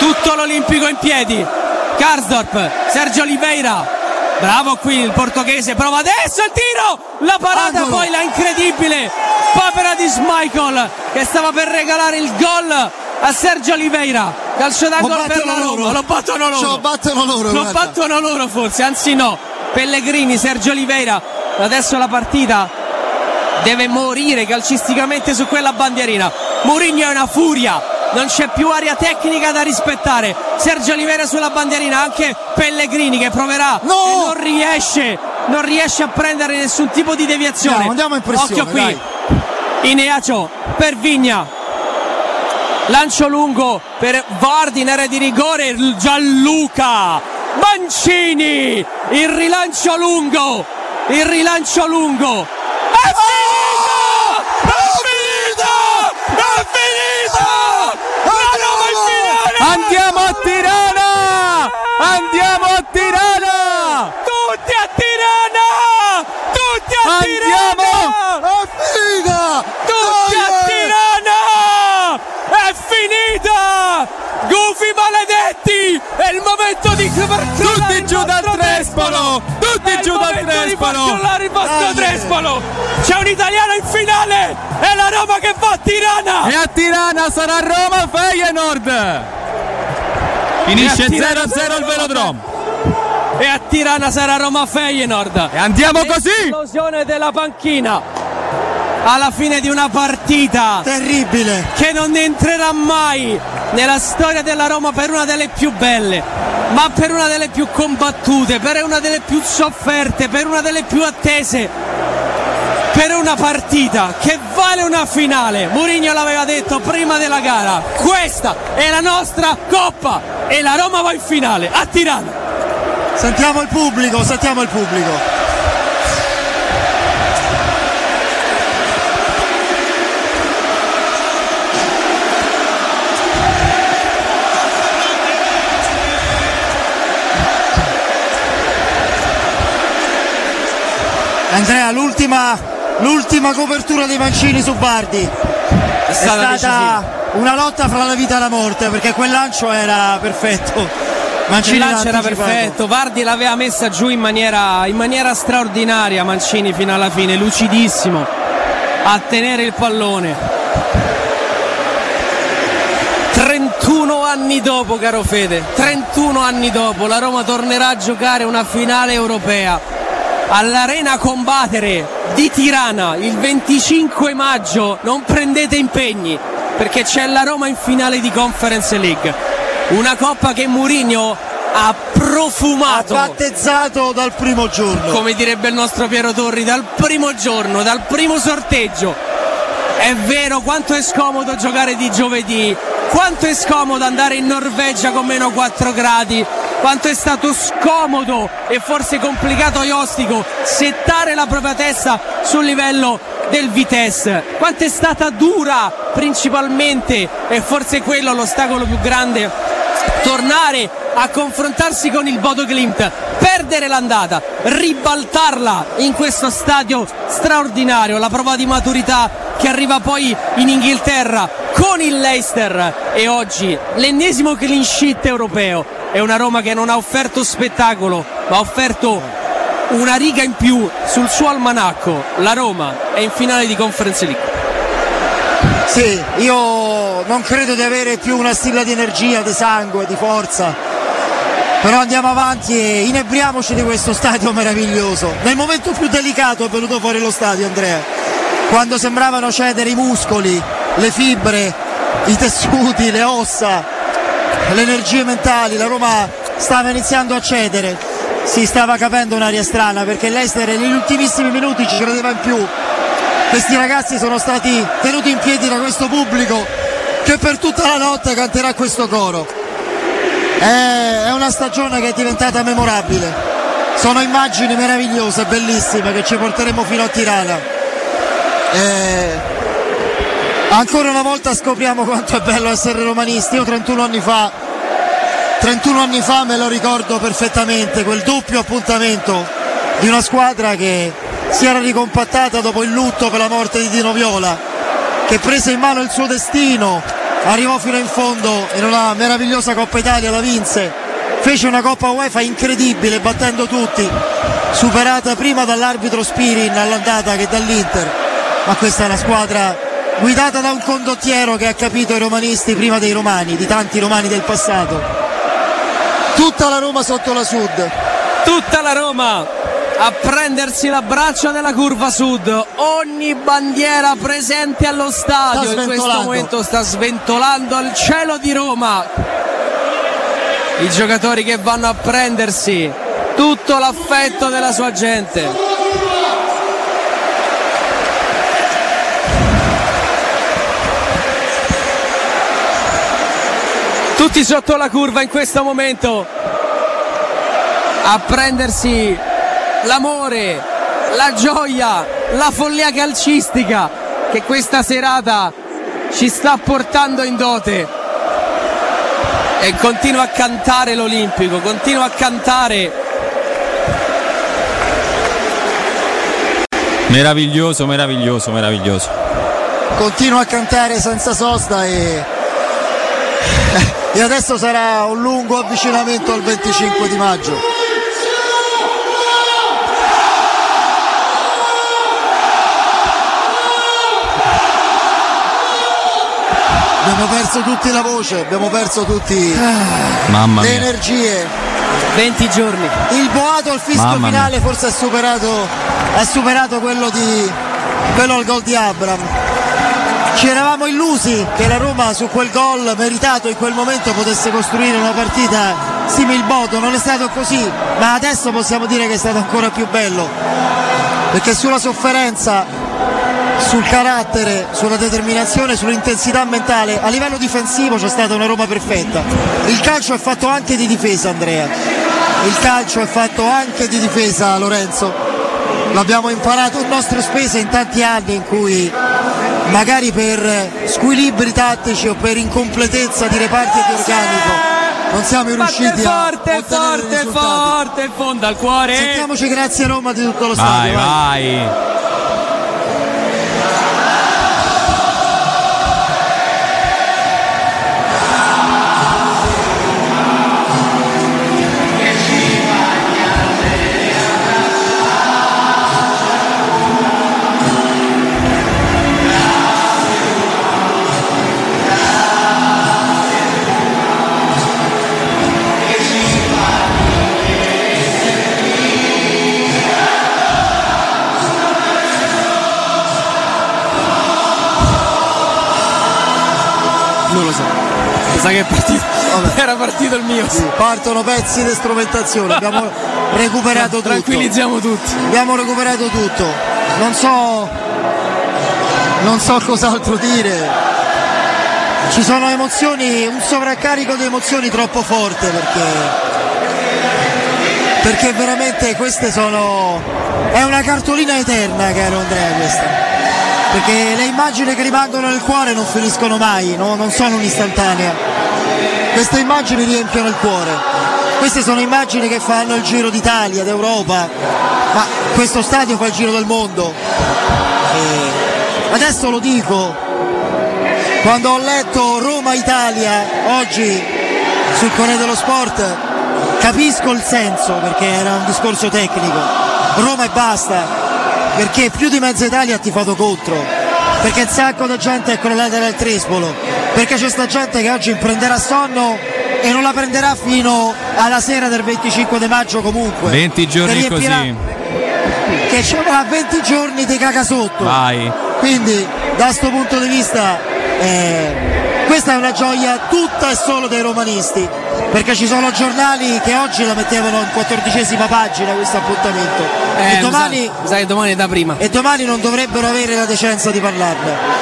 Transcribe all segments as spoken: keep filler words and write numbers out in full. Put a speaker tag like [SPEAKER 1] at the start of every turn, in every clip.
[SPEAKER 1] tutto l'Olimpico in piedi. Karsdorp, Sergio Oliveira, bravo qui il portoghese, prova adesso il tiro, la parata, Angolo. Poi la incredibile papera di Schmeichel che stava per regalare il gol a Sergio Oliveira. Calcio d'angolo per la Roma, lo battono loro,
[SPEAKER 2] lo battono loro,
[SPEAKER 1] lo battono loro forse, anzi no, Pellegrini, Sergio Oliveira. Adesso la partita deve morire calcisticamente su quella bandierina. Mourinho è una furia, non c'è più area tecnica da rispettare. Sergio Oliveira sulla bandierina, anche Pellegrini che proverà no! e non riesce non riesce a prendere nessun tipo di deviazione.
[SPEAKER 2] Andiamo, andiamo in pressione,
[SPEAKER 1] occhio qui,
[SPEAKER 2] dai.
[SPEAKER 1] Ineacho per Vigna, lancio lungo per Vardy in area di rigore, Gianluca Mancini, il rilancio lungo il rilancio lungo è finito! È finito! È finito! La Roma in finale!
[SPEAKER 3] Andiamo a Tirana! Andiamo a Tirana!
[SPEAKER 1] Tutti a Tirana! Tutti a Tirana!
[SPEAKER 2] È finita!
[SPEAKER 1] Tutti a Tirana! È finita! Gufi maledetti! È il momento di
[SPEAKER 3] tutti giù dal Trespolo! Tutti giù dal Trespolo!
[SPEAKER 1] Il vostro Trespolo! C'è un italiano in finale! È la Roma che va a Tirana!
[SPEAKER 3] E a Tirana sarà Roma Feyenoord! Finisce zero a zero il Velodrome!
[SPEAKER 1] E a Tirana sarà Roma Feyenoord!
[SPEAKER 3] E andiamo così!
[SPEAKER 1] L'esplosione della panchina alla fine di una partita
[SPEAKER 2] terribile
[SPEAKER 1] che non entrerà mai nella storia della Roma per una delle più belle, ma per una delle più combattute, per una delle più sofferte, per una delle più attese, per una partita che vale una finale. Mourinho l'aveva detto prima della gara, questa è la nostra Coppa e la Roma va in finale a Tirana.
[SPEAKER 2] Sentiamo il pubblico, sentiamo il pubblico. Andrea, l'ultima, l'ultima copertura dei Mancini su Vardy è stata, è stata una lotta fra la vita e la morte, perché quel lancio era perfetto.
[SPEAKER 1] Mancini il lancio era perfetto, Vardy l'aveva messa giù in maniera, in maniera straordinaria. Mancini fino alla fine, lucidissimo a tenere il pallone. trentuno anni dopo, caro Fede, trentuno anni dopo la Roma tornerà a giocare una finale europea all'Arena Combattere di Tirana il venticinque maggio. Non prendete impegni, perché c'è la Roma in finale di Conference League, una coppa che Mourinho ha profumato,
[SPEAKER 2] ha battezzato dal primo giorno,
[SPEAKER 1] come direbbe il nostro Piero Torri, dal primo giorno, dal primo sorteggio. È vero, quanto è scomodo giocare di giovedì, quanto è scomodo andare in Norvegia con meno quattro gradi, quanto è stato scomodo e forse complicato e ostico settare la propria testa sul livello del Vitesse, quanto è stata dura principalmente, e forse quello l'ostacolo più grande, tornare a confrontarsi con il Bodo Glimt, perdere l'andata, ribaltarla in questo stadio straordinario, la prova di maturità che arriva poi in Inghilterra con il Leicester, e oggi l'ennesimo clean sheet europeo. È una Roma che non ha offerto spettacolo, ma ha offerto una riga in più sul suo almanacco. La Roma è in finale di Conference League.
[SPEAKER 2] Sì, io non credo di avere più una stilla di energia, di sangue, di forza, però andiamo avanti e inebriamoci di questo stadio meraviglioso. Nel momento più delicato è venuto fuori lo stadio, Andrea, quando sembravano cedere i muscoli, le fibre, i tessuti, le ossa, le energie mentali. La Roma stava iniziando a cedere, si stava capendo un'aria strana, perché l'Leicester negli ultimissimi minuti ci credeva in più. Questi ragazzi sono stati tenuti in piedi da questo pubblico che per tutta la notte canterà questo coro. È una stagione che è diventata memorabile, sono immagini meravigliose, bellissime, che ci porteremo fino a Tirana. E ancora una volta scopriamo quanto è bello essere romanisti. Io trentuno anni fa trentuno anni fa me lo ricordo perfettamente, quel doppio appuntamento di una squadra che si era ricompattata dopo il lutto per la morte di Dino Viola, che prese in mano il suo destino arrivò fino in fondo in una meravigliosa Coppa Italia, la vinse, fece una Coppa UEFA incredibile battendo tutti, superata prima dall'arbitro Spirin all'andata che dall'Inter, ma questa è una squadra guidata da un condottiero che ha capito i romanisti prima dei romani, di tanti romani del passato. Tutta la Roma sotto la Sud,
[SPEAKER 1] tutta la Roma a prendersi l'abbraccio della curva sud, ogni bandiera presente allo stadio in questo momento sta sventolando il cielo di Roma, i giocatori che vanno a prendersi tutto l'affetto della sua gente. Tutti sotto la curva in questo momento a prendersi l'amore, la gioia, la follia calcistica che questa serata ci sta portando in dote. E continua a cantare l'Olimpico, continua a cantare.
[SPEAKER 3] Meraviglioso, meraviglioso, meraviglioso.
[SPEAKER 2] Continua a cantare senza sosta e e adesso sarà un lungo avvicinamento al venticinque di maggio. Abbiamo perso tutti la voce, abbiamo perso tutti
[SPEAKER 3] Mamma
[SPEAKER 2] le
[SPEAKER 3] mia.
[SPEAKER 2] energie.
[SPEAKER 1] venti giorni.
[SPEAKER 2] Il boato al fischio
[SPEAKER 3] Mamma
[SPEAKER 2] finale
[SPEAKER 3] mia.
[SPEAKER 2] forse ha superato, ha superato quello di quello al gol di Abraham. Ci eravamo illusi che la Roma su quel gol meritato in quel momento potesse costruire una partita simil Bodo, non è stato così, ma adesso possiamo dire che è stato ancora più bello, perché sulla sofferenza, sul carattere, sulla determinazione, sull'intensità mentale, a livello difensivo c'è stata una Roma perfetta. Il calcio è fatto anche di difesa, Andrea, il calcio è fatto anche di difesa, Lorenzo, l'abbiamo imparato a nostre spese in tanti anni in cui magari per squilibri tattici o per incompletezza di reparti e di organico non siamo riusciti
[SPEAKER 1] forte,
[SPEAKER 2] a ottenere
[SPEAKER 1] forte,
[SPEAKER 2] risultati.
[SPEAKER 1] forte, in fondo al cuore.
[SPEAKER 2] Sentiamoci grazie Roma di tutto lo
[SPEAKER 3] Vai,
[SPEAKER 2] stadio.
[SPEAKER 3] vai.
[SPEAKER 1] Non lo so. Mi sa che è partito. Vabbè. Era partito il mio.
[SPEAKER 2] Sì, partono pezzi di strumentazione, abbiamo recuperato tutto.
[SPEAKER 1] Tranquillizziamo tutti.
[SPEAKER 2] Abbiamo recuperato tutto. Non so non so cos'altro dire. Ci sono emozioni, un sovraccarico di emozioni troppo forte perché perché veramente queste sono è una cartolina eterna, caro Andrea, questa. Perché le immagini che rimangono nel cuore non finiscono mai, no? Non sono un'istantanea. Queste immagini riempiono il cuore. Queste sono immagini che fanno il giro d'Italia, d'Europa, ma questo stadio fa il giro del mondo. E adesso lo dico, quando ho letto Roma-Italia oggi sul Corriere dello Sport, capisco il senso, perché era un discorso tecnico. Roma e basta. Perché più di mezza Italia ha tifato contro, perché un sacco di gente è crollata dal Trespolo, perché c'è sta gente che oggi prenderà sonno e non la prenderà fino alla sera del venticinque di maggio comunque.
[SPEAKER 3] venti giorni così.
[SPEAKER 2] Che c'è venti giorni di caga sotto.
[SPEAKER 3] Vai.
[SPEAKER 2] Quindi da sto punto di vista eh, questa è una gioia tutta e solo dei romanisti, perché ci sono giornali che oggi la mettevano in quattordicesima pagina questo appuntamento.
[SPEAKER 1] Eh,
[SPEAKER 2] e domani
[SPEAKER 1] sai, sai domani è da prima.
[SPEAKER 2] e domani non dovrebbero avere la decenza di parlarne.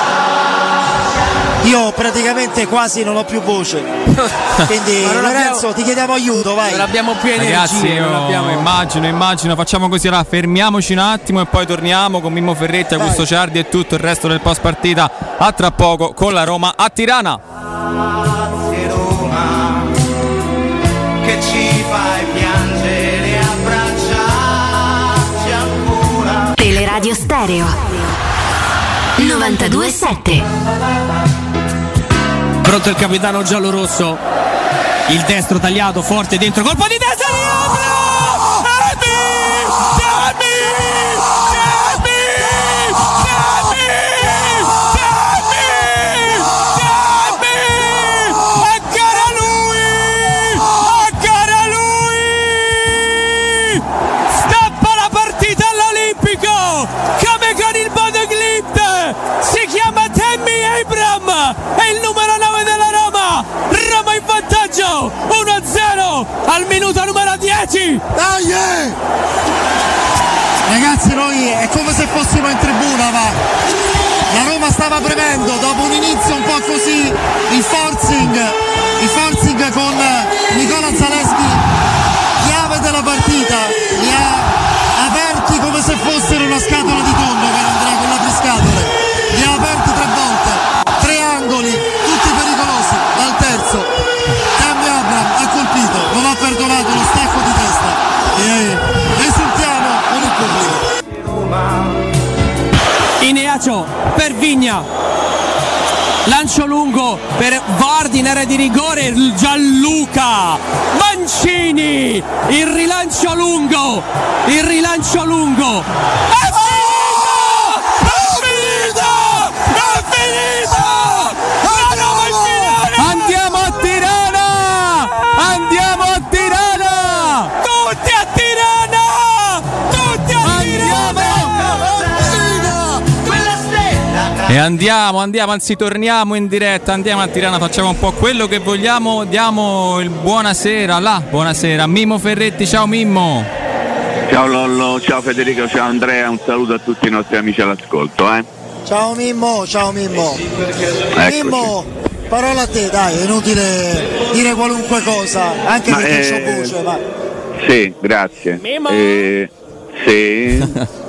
[SPEAKER 2] Io praticamente quasi non ho più voce, quindi Lorenzo
[SPEAKER 1] abbiamo,
[SPEAKER 2] ti chiediamo aiuto, vai.
[SPEAKER 1] Non abbiamo più energia.
[SPEAKER 3] Ragazzi, io
[SPEAKER 1] non abbiamo...
[SPEAKER 3] immagino, immagino, facciamo così, là, fermiamoci un attimo e poi torniamo con Mimmo Ferretti, Augusto Ciardi e tutto il resto del post partita. A tra poco con la Roma a Tirana.
[SPEAKER 4] Roma, che ci fai piangere, abbracciarci ancora.
[SPEAKER 5] Teleradio Stereo novantadue sette.
[SPEAKER 1] Pronto il capitano giallorosso, il destro tagliato forte dentro, colpo di testa di Abram!
[SPEAKER 2] uno a zero
[SPEAKER 1] al minuto numero dieci.
[SPEAKER 2] Dai! Eh! Ragazzi, noi è come se fossimo in tribuna, ma la Roma stava premendo dopo un inizio un po' così, il forcing, il forcing con Nicola Zalewski, chiave della partita, li ha aperti come se fossero una scatola di tonno per andare con l'apriscatole, li ha aperti tre volte, tre angoli, tutti pericolosi, dal terzo ha colpito, non ha perdonato lo stacco di testa e esultiamo con il pubblico.
[SPEAKER 1] Ineacio per Vigna, lancio lungo per Vardi in area di rigore, Gianluca Mancini, il rilancio lungo, il rilancio lungo è finito, è finito, è finito, la Roma è finita,
[SPEAKER 3] andiamo a Tirana, andiamo a Tirana,
[SPEAKER 1] tutti a Tirana, tutti a Tirana.
[SPEAKER 3] E andiamo, andiamo, anzi torniamo in diretta, andiamo a Tirana, facciamo un po' quello che vogliamo, diamo il buonasera, la buonasera, Mimmo Ferretti, ciao Mimmo.
[SPEAKER 5] Ciao Lollo, ciao Federico, ciao Andrea, un saluto a tutti i nostri amici all'ascolto. Eh?
[SPEAKER 2] Ciao Mimmo, ciao Mimmo.
[SPEAKER 5] Eccoci.
[SPEAKER 2] Mimmo, parola a te, dai, è inutile dire qualunque cosa, anche
[SPEAKER 5] ma
[SPEAKER 2] perché
[SPEAKER 5] eh,
[SPEAKER 2] c'ho voce, ma...
[SPEAKER 5] Sì, grazie.
[SPEAKER 1] Mimmo.
[SPEAKER 5] Eh, sì.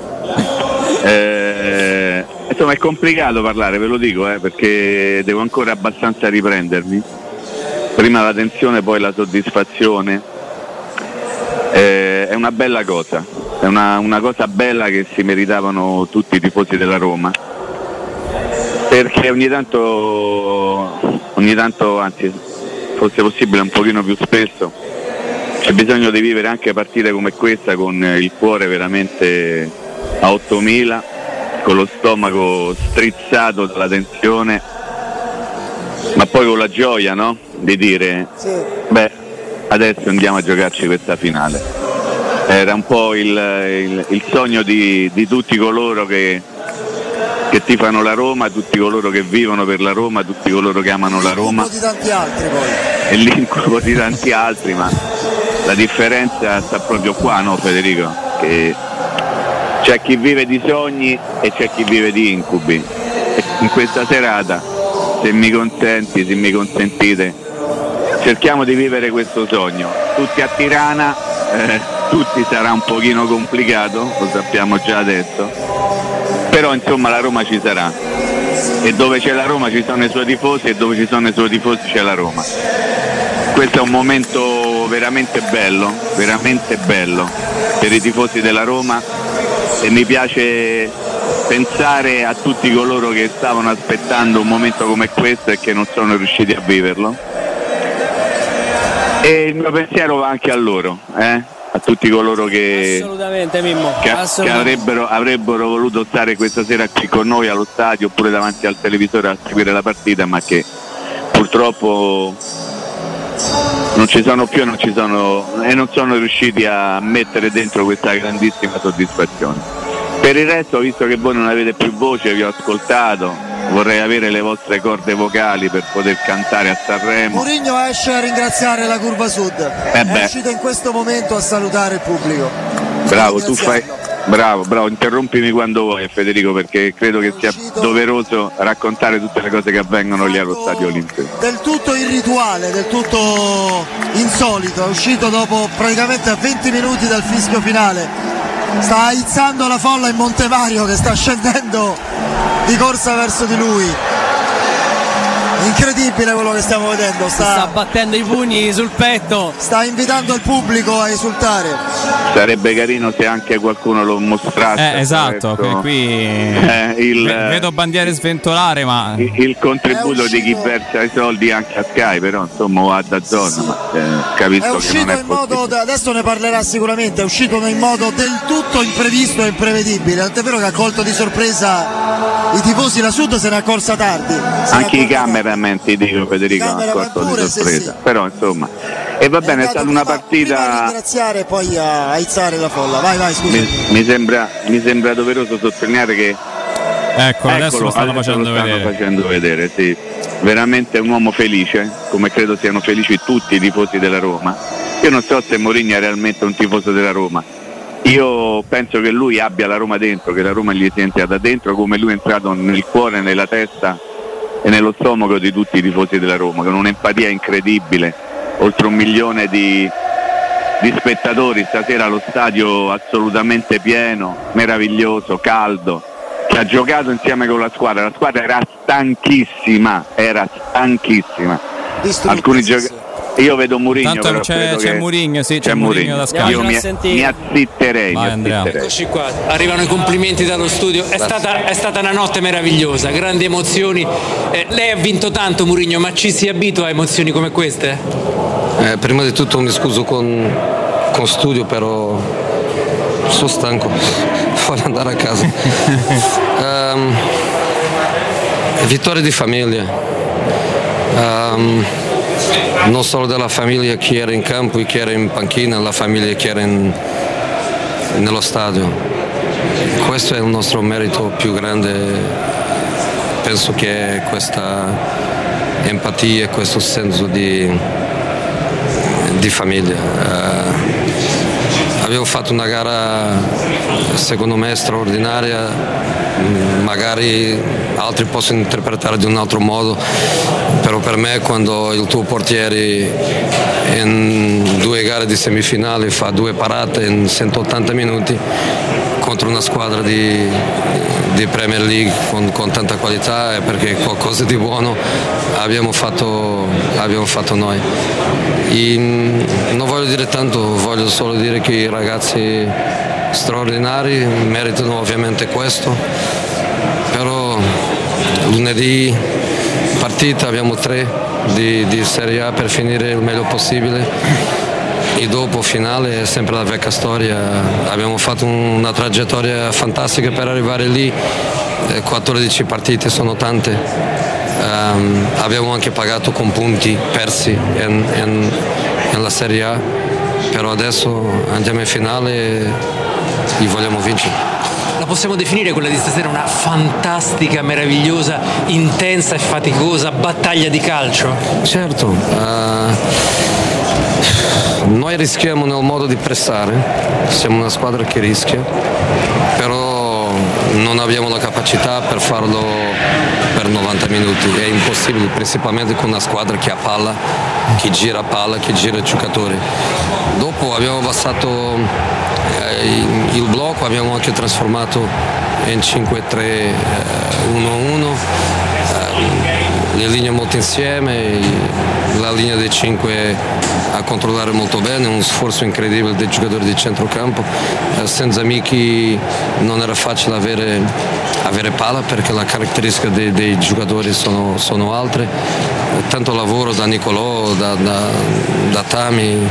[SPEAKER 5] eh, insomma è complicato parlare, ve lo dico, eh, perché devo ancora abbastanza riprendermi. Prima la tensione, poi la soddisfazione. Eh, è una bella cosa, è una, una cosa bella che si meritavano tutti i tifosi della Roma, perché ogni tanto, ogni tanto, anzi fosse possibile un pochino più spesso, c'è bisogno di vivere anche partite come questa con il cuore veramente a ottomila, con lo stomaco strizzato dalla tensione, ma poi con la gioia, no? Di dire,
[SPEAKER 2] Sì.
[SPEAKER 5] beh, adesso andiamo a giocarci questa finale. Era un po' il, il, il sogno di, di tutti coloro che, che tifano la Roma, tutti coloro che vivono per la Roma, tutti coloro che amano la Roma.
[SPEAKER 2] di tanti altri poi.
[SPEAKER 5] E l'incubo di tanti altri, ma la differenza sta proprio qua, no Federico? Che c'è chi vive di sogni e c'è chi vive di incubi. E in questa serata, se mi consenti, se mi consentite, cerchiamo di vivere questo sogno. Tutti a Tirana, eh, tutti sarà un pochino complicato, lo sappiamo già adesso, però insomma la Roma ci sarà. E dove c'è la Roma ci sono i suoi tifosi e dove ci sono i suoi tifosi c'è la Roma. Questo è un momento veramente bello, veramente bello per i tifosi della Roma e mi piace pensare a tutti coloro che stavano aspettando un momento come questo e che non sono riusciti a viverlo. E il mio pensiero va anche a loro, eh? A tutti coloro che,
[SPEAKER 1] Assolutamente Mimmo,
[SPEAKER 5] che,
[SPEAKER 1] assolutamente.
[SPEAKER 5] che avrebbero, avrebbero voluto stare questa sera qui con noi allo stadio oppure davanti al televisore a seguire la partita, ma che purtroppo non ci sono più e non, ci sono, e non sono riusciti a mettere dentro questa grandissima soddisfazione. Per il resto, visto che voi non avete più voce, vi ho ascoltato, vorrei avere le vostre corde vocali per poter cantare a Sanremo.
[SPEAKER 2] Mourinho esce a ringraziare la curva sud,
[SPEAKER 5] Eh
[SPEAKER 2] è
[SPEAKER 5] beh.
[SPEAKER 2] uscito in questo momento a salutare il pubblico.
[SPEAKER 5] Bravo, tu fai.
[SPEAKER 2] Ringraziarlo.
[SPEAKER 5] Bravo, bravo, interrompimi quando vuoi Federico, perché credo che sia
[SPEAKER 2] Uscito-
[SPEAKER 5] doveroso raccontare tutte le cose che avvengono lì allo Stadio Olimpico.
[SPEAKER 2] Del tutto irrituale, del tutto insolito, è uscito dopo praticamente a venti minuti dal fischio finale. Sta aizzando la folla in Montevario che sta scendendo di corsa verso di lui. incredibile quello che stiamo vedendo, sta,
[SPEAKER 1] sta battendo i pugni sul petto,
[SPEAKER 2] sta invitando il pubblico a esultare.
[SPEAKER 5] Sarebbe carino se anche qualcuno lo mostrasse.
[SPEAKER 3] Eh, esatto, qui
[SPEAKER 5] eh, il,
[SPEAKER 3] vedo bandiere sventolare, ma
[SPEAKER 5] il, il contributo di chi versa i soldi anche a Sky, però insomma va da zona, ma eh, capisco
[SPEAKER 2] è
[SPEAKER 5] che
[SPEAKER 2] uscito
[SPEAKER 5] non è
[SPEAKER 2] in modo, adesso ne parlerà sicuramente, è uscito in modo del tutto imprevisto e imprevedibile, tant'è vero che ha colto di sorpresa i tifosi, la Sud se ne è accorsa tardi,
[SPEAKER 5] anche i cameraman, ti dico Federico, hanno colto di sorpresa, sì, sì. Però insomma e va bene, è, è stata una partita,
[SPEAKER 2] prima a ringraziare e poi a aizzare la folla. Vai vai scusa.
[SPEAKER 5] Mi, mi, sembra, mi sembra doveroso sottolineare che
[SPEAKER 3] ecco, adesso
[SPEAKER 5] eccolo,
[SPEAKER 3] lo stanno,
[SPEAKER 5] adesso
[SPEAKER 3] facendo,
[SPEAKER 5] lo stanno
[SPEAKER 3] vedere.
[SPEAKER 5] facendo vedere, sì. Veramente un uomo felice, come credo siano felici tutti i tifosi della Roma. Io non so se Mourinho è realmente un tifoso della Roma, io penso che lui abbia la Roma dentro, che la Roma gli sia entrata dentro, come lui è entrato nel cuore, nella testa e nello stomaco di tutti i tifosi della Roma, con un'empatia incredibile, oltre un milione di, di spettatori, stasera lo stadio assolutamente pieno, meraviglioso, caldo, che ha giocato insieme con la squadra, la squadra era stanchissima, era stanchissima. Alcuni giocatori, io vedo Mourinho,
[SPEAKER 3] tanto
[SPEAKER 5] però
[SPEAKER 3] c'è, c'è Mourinho, sì, c'è, c'è
[SPEAKER 5] Mourinho
[SPEAKER 3] da Sky.
[SPEAKER 5] Io mi, mi azzitterei,
[SPEAKER 3] Vai,
[SPEAKER 5] mi azzitterei.
[SPEAKER 6] Eccoci qua, arrivano i complimenti dallo studio. È stata, è stata una notte meravigliosa, grandi emozioni. Eh, lei ha vinto tanto, Mourinho, ma ci si abitua a emozioni come queste?
[SPEAKER 7] Eh, prima di tutto mi scuso con, con studio, però sono stanco, voglio andare a casa. um, vittoria di famiglia, um, non solo della famiglia che era in campo e che era in panchina, la famiglia che era in, nello stadio. Questo è il nostro merito più grande, penso che questa empatia, questo senso di, di famiglia. Uh, abbiamo fatto una gara secondo me straordinaria, magari altri possono interpretare di un altro modo, però per me quando il tuo portiere in due gare di semifinale fa due parate in centottanta minuti contro una squadra di, di Premier League con, con tanta qualità, è perché qualcosa di buono abbiamo fatto, abbiamo fatto noi. E, non voglio dire tanto, voglio solo dire che i ragazzi straordinari meritano ovviamente questo, però lunedì partita abbiamo tre di, di Serie A per finire il meglio possibile e dopo finale è sempre la vecchia storia. Abbiamo fatto una traiettoria fantastica per arrivare lì, quattordici partite sono tante. Um, abbiamo anche pagato con punti persi in, in, nella Serie A, però adesso andiamo in finale e vogliamo vincere.
[SPEAKER 6] La possiamo definire quella di stasera una fantastica, meravigliosa, intensa e faticosa battaglia di calcio?
[SPEAKER 7] Certo, uh, noi rischiamo nel modo di pressare, siamo una squadra che rischia, però non abbiamo la capacità per farlo per novanta minuti, è impossibile, principalmente con una squadra che ha palla, che gira palla, che gira giocatori. Dopo abbiamo abbassato eh, il blocco, abbiamo anche trasformato in cinque tre uno uno, eh, le linee molto insieme, la linea dei cinque a controllare molto bene, un sforzo incredibile dei giocatori di centrocampo. Eh, senza Miki non era facile avere, avere palla perché le caratteristiche dei, dei giocatori sono, sono altre. Eh, tanto lavoro da Nicolò, da, da, da Tami.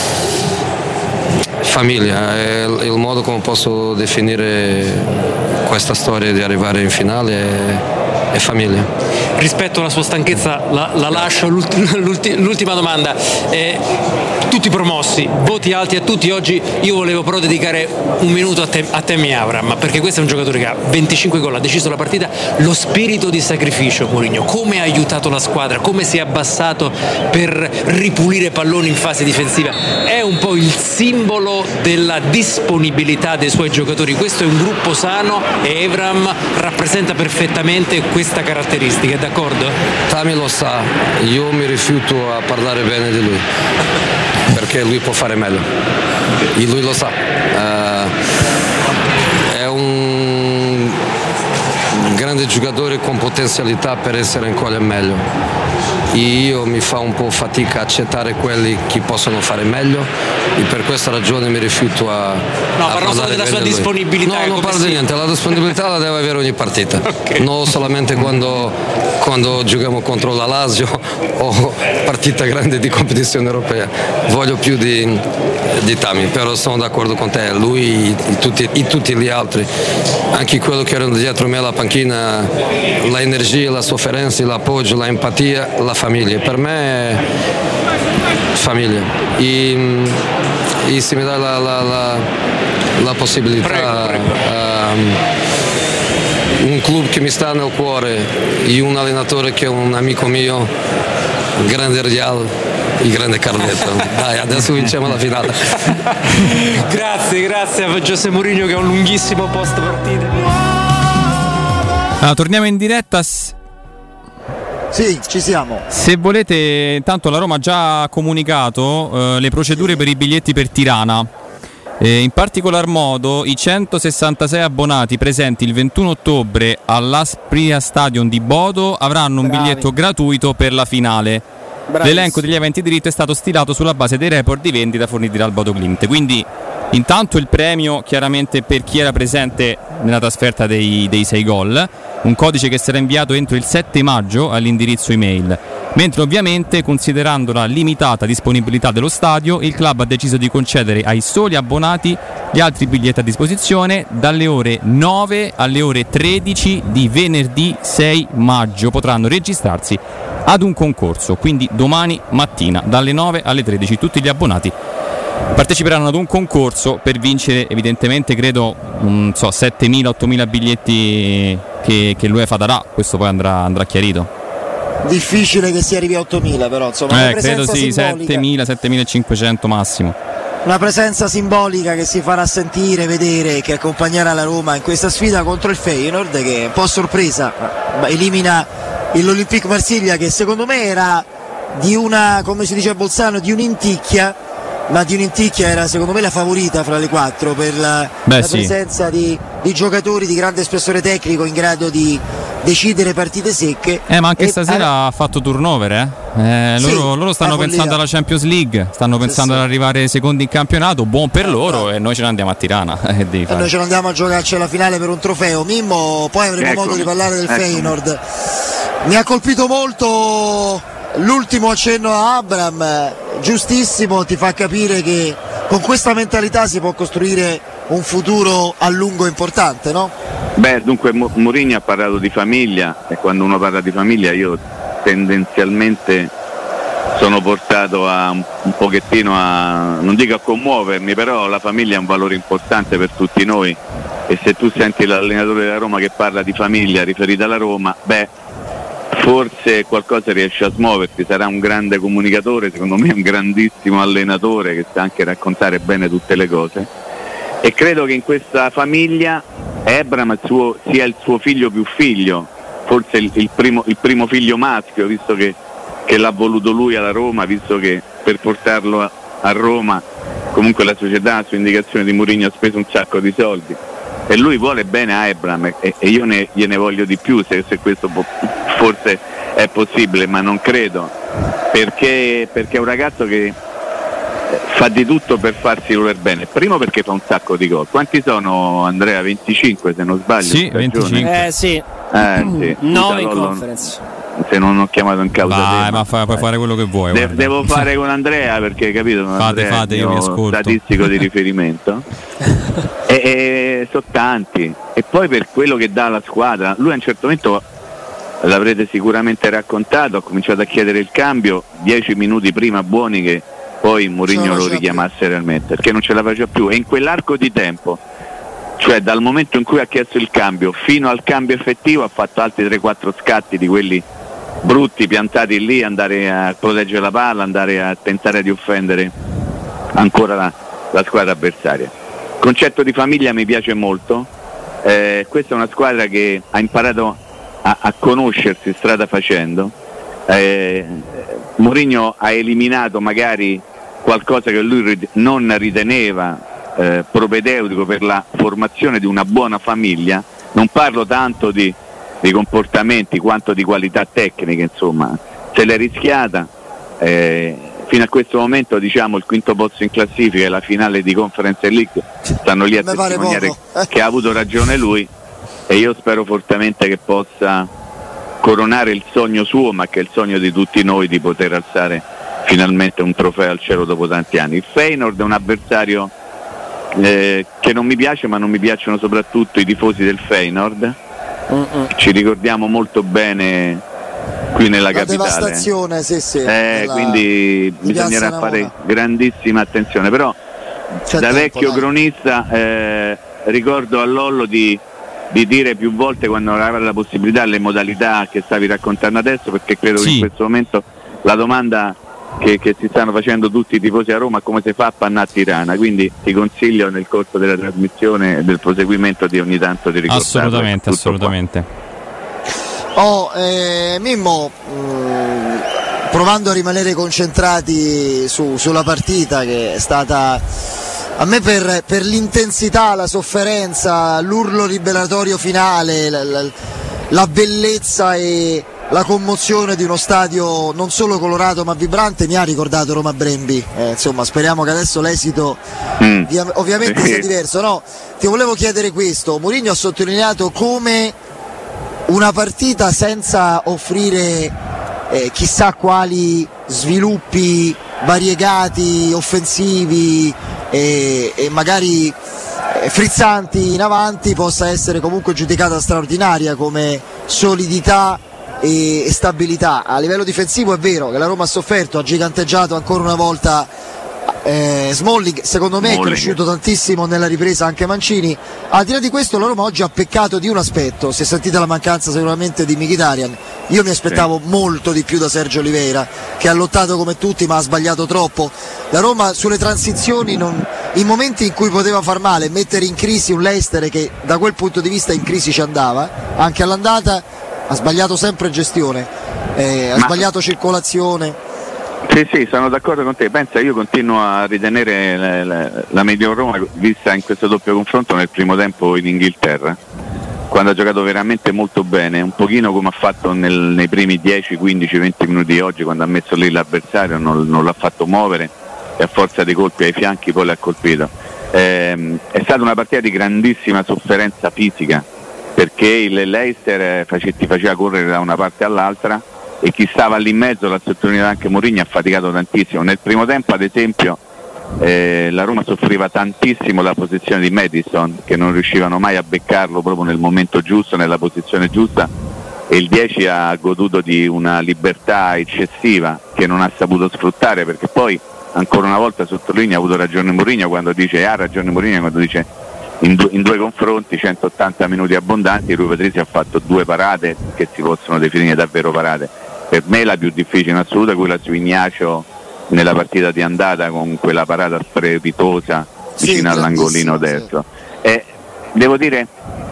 [SPEAKER 7] Famiglia, è il, il modo come posso definire questa storia di arrivare in finale è, è famiglia.
[SPEAKER 6] Rispetto alla sua stanchezza la, la lascio, l'ultima domanda. Eh, tutti promossi, voti alti a tutti. Oggi io volevo però dedicare un minuto a, te, a Tammy Abraham, perché questo è un giocatore che ha venticinque gol, ha deciso la partita, lo spirito di sacrificio. Mourinho, come ha aiutato la squadra, come si è abbassato per ripulire palloni in fase difensiva, è un po' il simbolo della disponibilità dei suoi giocatori. Questo è un gruppo sano e Abraham rappresenta perfettamente questa caratteristica, è d'accordo?
[SPEAKER 7] Tami lo sa, io mi rifiuto a parlare bene di lui perché lui può fare meglio e lui lo sa. Uh, è un grande grandi giocatori con potenzialità per essere ancora meglio. Io mi fa un po' fatica a accettare quelli che possono fare meglio e per questa ragione mi rifiuto a
[SPEAKER 6] no,
[SPEAKER 7] a
[SPEAKER 6] parlo solo della sua disponibilità.
[SPEAKER 7] No, non parlo di niente, la disponibilità la deve avere ogni partita. Okay. Non solamente quando, quando giochiamo contro la Lazio o partita grande di competizione europea. Voglio più di, di Tami, però sono d'accordo con te, lui e tutti, e tutti gli altri, anche quelli che erano dietro me alla panchina, l'energia, la sofferenza, l'appoggio, l'empatia, la famiglia. Per me è famiglia. E, e se mi dà la, la, la, la possibilità, prego, prego. Um, un club che mi sta nel cuore e un allenatore che è un amico mio, grande Real, il grande Carletto. Dai, adesso vinciamo la finale.
[SPEAKER 6] Grazie, grazie a José Mourinho che ha un lunghissimo post partita.
[SPEAKER 3] Allora, torniamo in diretta.
[SPEAKER 2] Sì, ci siamo.
[SPEAKER 3] Se volete, intanto la Roma ha già comunicato eh, le procedure per i biglietti per Tirana. Eh, in particolar modo i centosessantasei abbonati presenti il ventuno ottobre all'Aspria Stadium di Bodo avranno un
[SPEAKER 1] Bravi.
[SPEAKER 3] biglietto gratuito per la finale.
[SPEAKER 1] Bravissimo.
[SPEAKER 3] L'elenco degli eventi diritto è stato stilato sulla base dei report di vendita forniti dal Bodo Glimt. Quindi intanto il premio chiaramente per chi era presente nella trasferta dei, dei sei gol, un codice che sarà inviato entro il sette maggio all'indirizzo email, mentre ovviamente, considerando la limitata disponibilità dello stadio, il club ha deciso di concedere ai soli abbonati gli altri biglietti a disposizione dalle ore nove alle ore tredici di venerdì sei maggio. Potranno registrarsi ad un concorso, quindi domani mattina dalle nove alle tredici tutti gli abbonati parteciperanno ad un concorso per vincere evidentemente credo non so, settemila ottomila biglietti che, che l'UEFA darà. Questo poi andrà, andrà chiarito.
[SPEAKER 2] Difficile che si arrivi a ottomila, però insomma
[SPEAKER 3] eh, credo sì, settemila settemilacinquecento massimo.
[SPEAKER 2] Una presenza simbolica che si farà sentire, vedere, che accompagnerà la Roma in questa sfida contro il Feyenoord, che un po' sorpresa ma elimina l'Olympique Marsiglia, che secondo me era di una, come si dice a Bolzano, di un'inticchia, ma di un'inticchia era secondo me la favorita fra le quattro per la,
[SPEAKER 3] Beh,
[SPEAKER 2] la
[SPEAKER 3] sì.
[SPEAKER 2] presenza di, di giocatori di grande spessore tecnico in grado di decidere partite secche.
[SPEAKER 3] Eh, ma anche
[SPEAKER 2] e,
[SPEAKER 3] stasera
[SPEAKER 2] eh,
[SPEAKER 3] ha fatto turnover, eh? Eh,
[SPEAKER 2] sì,
[SPEAKER 3] loro, loro stanno pensando alla Champions League, stanno pensando
[SPEAKER 2] sì,
[SPEAKER 3] ad arrivare secondi in campionato, buon per loro, e noi ce ne andiamo a Tirana. Eh, devi
[SPEAKER 2] e
[SPEAKER 3] fare.
[SPEAKER 2] noi ce ne andiamo a giocarci alla finale per un trofeo. Mimmo, poi avremo
[SPEAKER 5] Eccomi,
[SPEAKER 2] modo di parlare del
[SPEAKER 5] eccomi.
[SPEAKER 2] Feyenoord. Mi ha colpito molto l'ultimo accenno a Abraham, giustissimo, ti fa capire che con questa mentalità si può costruire un futuro a lungo importante, no?
[SPEAKER 5] Beh, dunque Mo- Mourinho ha parlato di famiglia e quando uno parla di famiglia io tendenzialmente sono portato a un, un pochettino a, non dico a commuovermi, però la famiglia è un valore importante per tutti noi e se tu senti l'allenatore della Roma che parla di famiglia riferita alla Roma, beh, forse qualcosa riesce a smuoverti, sarà un grande comunicatore, secondo me un grandissimo allenatore che sa anche raccontare bene tutte le cose e credo che in questa famiglia Abraham suo, sia il suo figlio più figlio, forse il, il, primo, il primo figlio maschio, visto che, che l'ha voluto lui alla Roma, visto che per portarlo a, a Roma comunque la società su indicazione di Mourinho ha speso un sacco di soldi e lui vuole bene a Abraham e, e io ne, gliene voglio di più se, se questo può, forse è possibile, ma non credo, perché, perché è un ragazzo che fa di tutto per farsi voler bene. Primo perché fa un sacco di gol. Quanti sono, Andrea? venticinque se non sbaglio?
[SPEAKER 3] Sì, venticinque.
[SPEAKER 1] Eh sì,
[SPEAKER 5] Eh, sì.
[SPEAKER 1] nove in
[SPEAKER 5] Lollo,
[SPEAKER 1] conference.
[SPEAKER 5] se non ho chiamato in causa
[SPEAKER 3] Vai,
[SPEAKER 5] te,
[SPEAKER 3] ma fa, puoi fare quello che vuoi.
[SPEAKER 5] De-
[SPEAKER 3] guarda.
[SPEAKER 5] devo fare con Andrea perché capito?
[SPEAKER 3] Fate,
[SPEAKER 5] Andrea è
[SPEAKER 3] fate,
[SPEAKER 5] il
[SPEAKER 3] io vi
[SPEAKER 5] mio
[SPEAKER 3] ascolto.
[SPEAKER 5] statistico di riferimento e, e sono tanti e poi per quello che dà alla squadra lui a un certo momento, l'avrete sicuramente raccontato, ha cominciato a chiedere il cambio dieci minuti prima buoni che poi Mourinho lo richiamasse realmente perché non ce la faceva più e in quell'arco di tempo, cioè dal momento in cui ha chiesto il cambio fino al cambio effettivo ha fatto altri tre quattro scatti di quelli brutti piantati lì, andare a proteggere la palla, andare a tentare di offendere ancora la, la squadra avversaria. Il concetto di famiglia mi piace molto, eh, questa è una squadra che ha imparato a, a conoscersi strada facendo, eh, Mourinho ha eliminato magari qualcosa che lui non riteneva eh, propedeutico per la formazione di una buona famiglia, non parlo tanto di di comportamenti quanto di qualità tecnica, insomma, se l'è rischiata. Eh, fino a questo momento, diciamo, il quinto posto in classifica e la finale di Conference League stanno lì a testimoniare che ha avuto ragione lui, e io spero fortemente che possa coronare il sogno suo, ma che è il sogno di tutti noi, di poter alzare finalmente un trofeo al cielo dopo tanti anni. Il Feyenoord è un avversario eh, che non mi piace, ma non mi piacciono soprattutto i tifosi del Feyenoord. Mm-mm. Ci ricordiamo molto bene qui nella
[SPEAKER 2] la
[SPEAKER 5] capitale,
[SPEAKER 2] devastazione, sì, sì,
[SPEAKER 5] eh,
[SPEAKER 2] nella...
[SPEAKER 5] quindi bisognerà fare grandissima attenzione. Però C'è da tempo, vecchio dai. cronista eh, ricordo a Lollo di, di dire più volte, quando aveva la possibilità, le modalità che stavi raccontando adesso, perché credo sì. che in questo momento la domanda che, che si stanno facendo tutti i tifosi a Roma è come si fa a pannare Tirana, quindi ti consiglio nel corso della trasmissione e del proseguimento di ogni tanto di ricordare.
[SPEAKER 3] Assolutamente, assolutamente.
[SPEAKER 5] Qua.
[SPEAKER 2] Oh, eh, Mimmo, mh, provando a rimanere concentrati su, sulla partita, che è stata, a me per, per l'intensità, la sofferenza, l'urlo liberatorio finale, la, la, la bellezza e la commozione di uno stadio non solo colorato ma vibrante, mi ha ricordato Roma Bremby. Eh, insomma, speriamo che adesso l'esito mm. via, ovviamente sia diverso. No, ti volevo chiedere questo. Mourinho ha sottolineato come una partita senza offrire eh, chissà quali sviluppi variegati, offensivi e, e magari eh, frizzanti in avanti possa essere comunque giudicata straordinaria come solidità e, e stabilità. A livello difensivo è vero che la Roma ha sofferto, ha giganteggiato ancora una volta eh, Smalling, secondo me Smalling. È cresciuto tantissimo nella ripresa anche Mancini. Al di là di questo la Roma oggi ha peccato di un aspetto, si è sentita la mancanza sicuramente di Mkhitaryan. Io mi aspettavo sì. molto di più da Sergio Oliveira, che ha lottato come tutti ma ha sbagliato troppo. La Roma sulle transizioni, non, in momenti in cui poteva far male, mettere in crisi un Leicester che da quel punto di vista in crisi ci andava, anche all'andata ha sbagliato sempre gestione, eh, ha ma... sbagliato circolazione.
[SPEAKER 5] Sì, sì, sono d'accordo con te. Pensa, io continuo a ritenere la, la, la Medio Roma vista in questo doppio confronto nel primo tempo in Inghilterra, quando ha giocato veramente molto bene, un pochino come ha fatto nel, nei primi dieci, quindici, venti minuti di oggi, quando ha messo lì l'avversario, non, non l'ha fatto muovere e a forza di colpi ai fianchi poi l'ha colpito. Eh, è stata una partita di grandissima sofferenza fisica, perché il Leicester ti faceva correre da una parte all'altra e chi stava lì in mezzo, l'ha sottolineato anche Mourinho, ha faticato tantissimo. Nel primo tempo, ad esempio, eh, la Roma soffriva tantissimo la posizione di Maddison, che non riuscivano mai a beccarlo proprio nel momento giusto, nella posizione giusta, e il dieci ha goduto di una libertà eccessiva che non ha saputo sfruttare, perché poi ancora una volta sottolinea, ha avuto ragione Mourinho quando dice, ha ragione Mourinho quando dice in, du- in due confronti, centottanta minuti abbondanti, Rui Patricio ha fatto due parate che si possono definire davvero parate. Per me la più difficile in assoluto è quella su Ignacio nella partita di andata, con quella parata strepitosa vicino sì, all'angolino destro. Sì. E devo dire,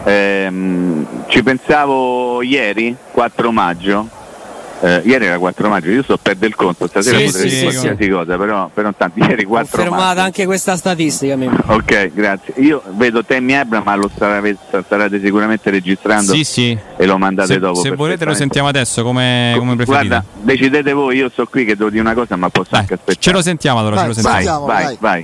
[SPEAKER 5] ehm, ci pensavo ieri, quattro maggio, eh, ieri era quattro maggio, io sto a perdere il conto, stasera sì, potrei sì, dire qualsiasi sì. cosa, però, però tanto ieri quattro maggio.
[SPEAKER 1] Confermata anche questa statistica. Mimmo.
[SPEAKER 5] Ok, grazie. Io vedo Tammy Abraham, ma lo starete, starete sicuramente registrando
[SPEAKER 3] sì, sì.
[SPEAKER 5] e lo mandate
[SPEAKER 3] se,
[SPEAKER 5] dopo.
[SPEAKER 3] Se volete lo sentiamo adesso, come, come preferite.
[SPEAKER 5] Guarda, decidete voi, io sto qui che devo dire una cosa, ma posso
[SPEAKER 3] Dai,
[SPEAKER 5] anche aspettare.
[SPEAKER 3] Ce lo sentiamo allora,
[SPEAKER 2] vai,
[SPEAKER 3] ce lo sentiamo.
[SPEAKER 2] sentiamo,
[SPEAKER 5] vai,
[SPEAKER 2] vai.
[SPEAKER 5] vai.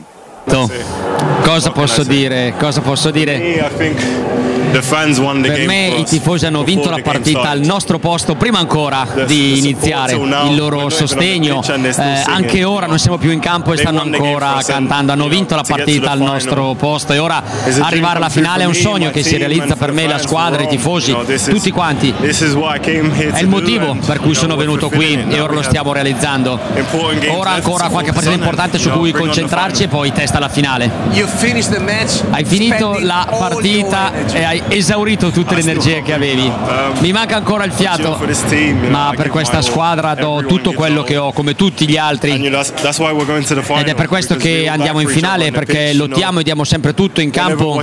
[SPEAKER 6] Cosa posso dire? Cosa posso dire? Per me i tifosi hanno vinto la partita al nostro posto prima ancora di iniziare il loro sostegno, eh, anche ora non siamo più in campo e stanno ancora cantando, hanno vinto la partita al nostro posto e ora arrivare alla finale è un sogno che si realizza per me, la squadra, i tifosi, tutti quanti. È il motivo per cui sono venuto qui e ora lo stiamo realizzando. Ora ancora qualche partita importante su cui concentrarci e poi testa alla finale. Hai finito la partita e hai esaurito tutte le energie che avevi. Mi manca ancora il fiato, ma per questa squadra do tutto quello che ho, come tutti gli altri, ed è per questo che andiamo in finale, perché lottiamo e diamo sempre tutto in campo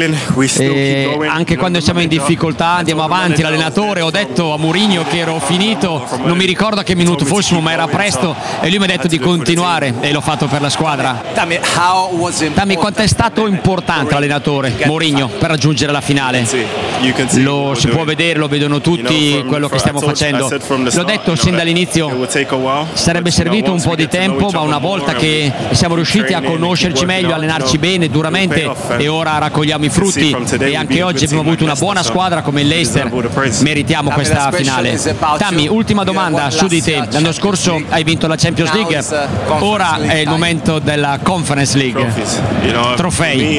[SPEAKER 6] e anche quando siamo in difficoltà andiamo avanti. L'allenatore, ho detto a Mourinho che ero finito, non mi ricordo a che minuto fossimo, ma era presto, e lui mi ha detto di continuare e l'ho fatto per la squadra. Dammi, quanto è stato importante l'allenatore Mourinho per raggiungere la finale?
[SPEAKER 8] finale. Lo si può vedere, lo vedono tutti quello che stiamo facendo. L'ho detto sin dall'inizio, sarebbe servito un po' di tempo, ma una volta che siamo riusciti a conoscerci meglio, allenarci bene, duramente, e ora raccogliamo i frutti, e anche oggi abbiamo avuto una buona squadra come il Leicester, meritiamo questa finale. Tammy, ultima domanda su di te. L'anno scorso hai vinto la Champions League, ora è il momento della Conference League. Trofei.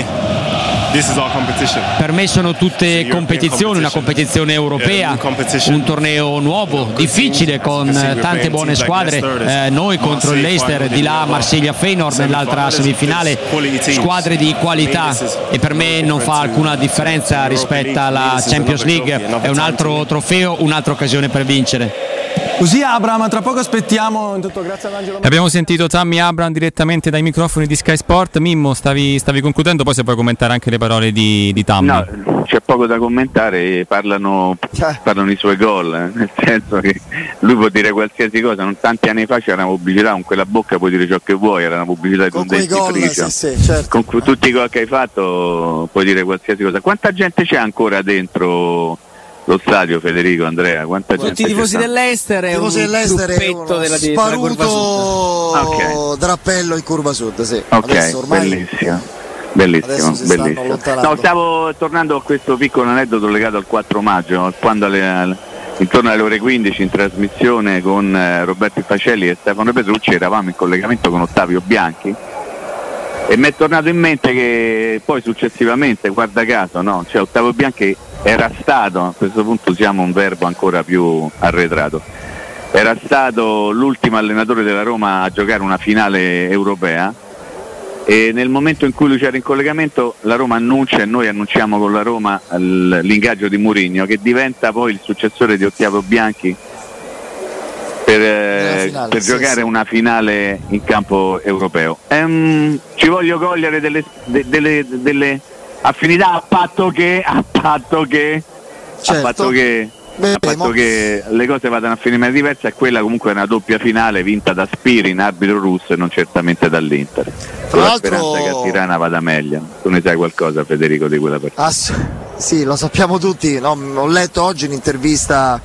[SPEAKER 8] Per me sono tutte competizioni, una competizione europea, un torneo nuovo, difficile, con tante buone squadre, eh, noi contro il Leicester, di là Marsiglia Feyenoord nell'altra semifinale, squadre di qualità, e per me non fa alcuna differenza rispetto alla Champions League, è un altro trofeo, un'altra occasione per vincere.
[SPEAKER 9] Così Abram, tra poco aspettiamo. Intanto grazie ad Angelo.
[SPEAKER 3] Abbiamo sentito Tammy Abraham direttamente dai microfoni di Sky Sport. Mimmo, stavi, stavi concludendo, poi se puoi commentare anche le parole di, di Tammy.
[SPEAKER 5] No, c'è poco da commentare, parlano, parlano i suoi gol, eh, nel senso che lui può dire qualsiasi cosa. Non tanti anni fa c'era una pubblicità, con quella bocca puoi dire ciò che vuoi, era una pubblicità di un dentifricio.
[SPEAKER 2] Sì, sì, certo.
[SPEAKER 5] Con tutti i gol che hai fatto puoi dire qualsiasi cosa. Quanta gente c'è ancora dentro lo stadio, Federico, Andrea? Quanta
[SPEAKER 1] tutti
[SPEAKER 5] gente
[SPEAKER 1] i tifosi dell'Ester e un gruppetto della, della curva sud.
[SPEAKER 2] Okay. Drappello in curva sud, sì.
[SPEAKER 5] Ok, ormai... bellissimo, bellissimo, bellissimo. No, stavo tornando a questo piccolo aneddoto legato al quattro maggio, quando alle, al, intorno alle ore quindici in trasmissione con eh, Roberto Facelli e Stefano Petrucci eravamo in collegamento con Ottavio Bianchi, e mi è tornato in mente che poi successivamente, guarda caso, no, cioè Ottavio Bianchi era stato, a questo punto usiamo un verbo ancora più arretrato, era stato l'ultimo allenatore della Roma a giocare una finale europea, e nel momento in cui lui c'era in collegamento la Roma annuncia, e noi annunciamo con la Roma, l'ingaggio di Mourinho, che diventa poi il successore di Ottavio Bianchi per, eh, finale, per sì, giocare sì. una finale in campo europeo. Ehm, ci voglio cogliere delle, de, delle, delle affinità, a patto che a patto che certo. a patto che a patto che le cose vadano a finire diverse, e quella comunque è una doppia finale vinta da Spirin, arbitro russo, e non certamente dall'Inter. Con la speranza che a Tirana vada meglio. Tu ne sai qualcosa, Federico, di quella partita?
[SPEAKER 2] Ass- sì, lo sappiamo tutti, no? Ho letto oggi un'intervista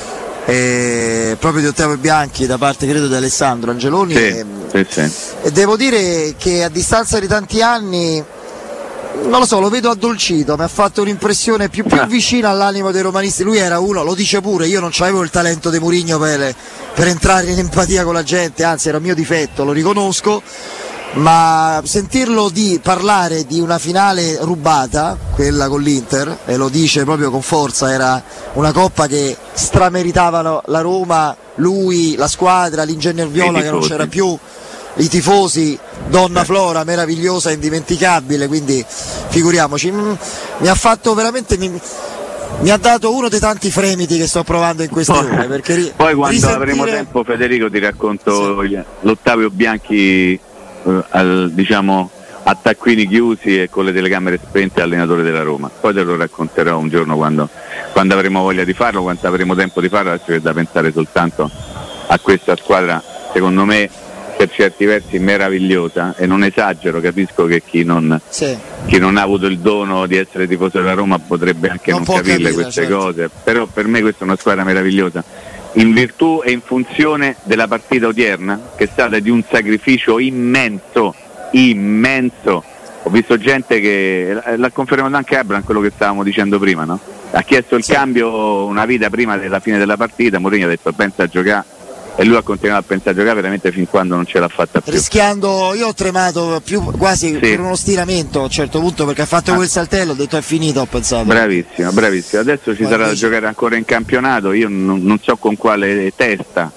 [SPEAKER 2] eh, proprio di Ottavio Bianchi da parte, credo, di Alessandro Angeloni,
[SPEAKER 5] sì,
[SPEAKER 2] e,
[SPEAKER 5] sì, sì.
[SPEAKER 2] e devo dire che a distanza di tanti anni, non lo so, lo vedo addolcito, mi ha fatto un'impressione più, più vicina all'animo dei romanisti. Lui era uno, lo dice pure, io non avevo il talento di Mourinho per, per entrare in empatia con la gente, anzi era un mio difetto, lo riconosco, ma sentirlo di parlare di una finale rubata, quella con l'Inter, e lo dice proprio con forza, era una coppa che strameritavano la Roma, lui, la squadra, l'ingegner Viola che non c'era più, i tifosi, Donna Flora meravigliosa, indimenticabile, quindi figuriamoci. Mi ha fatto veramente, mi, mi ha dato uno dei tanti fremiti che sto provando in queste ore, perché ri,
[SPEAKER 5] poi quando
[SPEAKER 2] risentire...
[SPEAKER 5] avremo tempo, Federico, ti racconto sì. l'Ottavio Bianchi eh, al, diciamo a taccuini chiusi e con le telecamere spente, allenatore della Roma. Poi te lo racconterò un giorno quando, quando avremo voglia di farlo, quando avremo tempo di farlo. Adesso c'è da pensare soltanto a questa squadra, secondo me per certi versi meravigliosa, e non esagero, capisco che chi non,
[SPEAKER 2] sì.
[SPEAKER 5] chi non ha avuto il dono di essere tifoso della Roma potrebbe anche non, non capirle capire, queste certo. cose, però per me questa è una squadra meravigliosa, in virtù e in funzione della partita odierna, che è stata di un sacrificio immenso, immenso. Ho visto gente che, l'ha confermato anche Abraham, quello che stavamo dicendo prima, no? Ha chiesto il sì. cambio una vita prima della fine della partita, Mourinho ha detto pensa a giocare, e lui ha continuato a pensare a giocare veramente fin quando non ce l'ha fatta più.
[SPEAKER 2] Rischiando, io ho tremato più quasi sì. per uno stiramento a un certo punto, perché ha fatto ah. quel saltello, ho detto è finito, ho pensato.
[SPEAKER 5] Bravissimo, bravissimo. Adesso ci Poi sarà dice... da giocare ancora in campionato, io non, non so con quale testa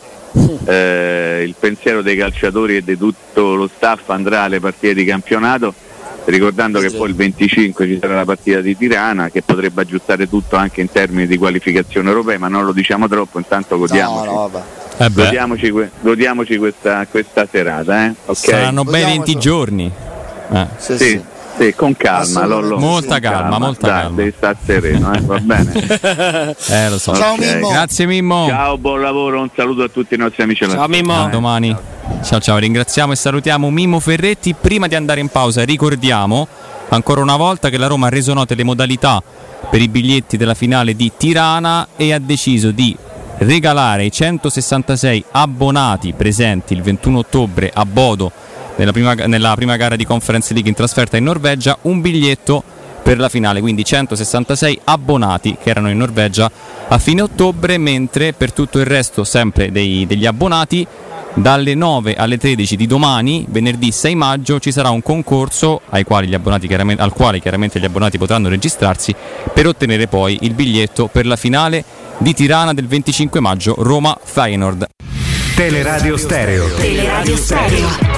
[SPEAKER 5] eh, il pensiero dei calciatori e di tutto lo staff andrà alle partite di campionato, ricordando che poi il venticinque ci sarà la partita di Tirana, che potrebbe aggiustare tutto anche in termini di qualificazione europea, ma non lo diciamo troppo, intanto godiamoci. No, no, vabbè. Eh godiamoci, godiamoci questa, questa serata, eh? Okay.
[SPEAKER 3] Saranno bei venti giorni.
[SPEAKER 5] Eh. Sì, sì. sì. Sì, con calma, Lollo.
[SPEAKER 3] Molta
[SPEAKER 5] con
[SPEAKER 3] calma,
[SPEAKER 5] calma,
[SPEAKER 3] molta
[SPEAKER 5] dai,
[SPEAKER 3] calma.
[SPEAKER 5] Devi stare sereno, eh? Va bene.
[SPEAKER 3] eh, lo so.
[SPEAKER 2] Ciao
[SPEAKER 5] okay.
[SPEAKER 2] Mimmo.
[SPEAKER 3] Grazie Mimmo.
[SPEAKER 5] Ciao, buon lavoro, un saluto a tutti i nostri amici.
[SPEAKER 3] Ciao Mimmo. A domani. Ciao ciao, ringraziamo e salutiamo Mimmo Ferretti. Prima di andare in pausa ricordiamo ancora una volta che la Roma ha reso note le modalità per i biglietti della finale di Tirana e ha deciso di regalare ai centosessantasei abbonati presenti il ventuno ottobre a Bodo nella prima, nella prima gara di Conference League in trasferta in Norvegia un biglietto per la finale, quindi centosessantasei abbonati che erano in Norvegia a fine ottobre, mentre per tutto il resto sempre dei, degli abbonati dalle nove alle tredici di domani, venerdì sei maggio, ci sarà un concorso ai quali gli abbonati chiaramente, al quale chiaramente gli abbonati potranno registrarsi per ottenere poi il biglietto per la finale di Tirana del venticinque maggio Roma-Feyenoord.
[SPEAKER 10] Teleradio Stereo.
[SPEAKER 11] Teleradio Stereo.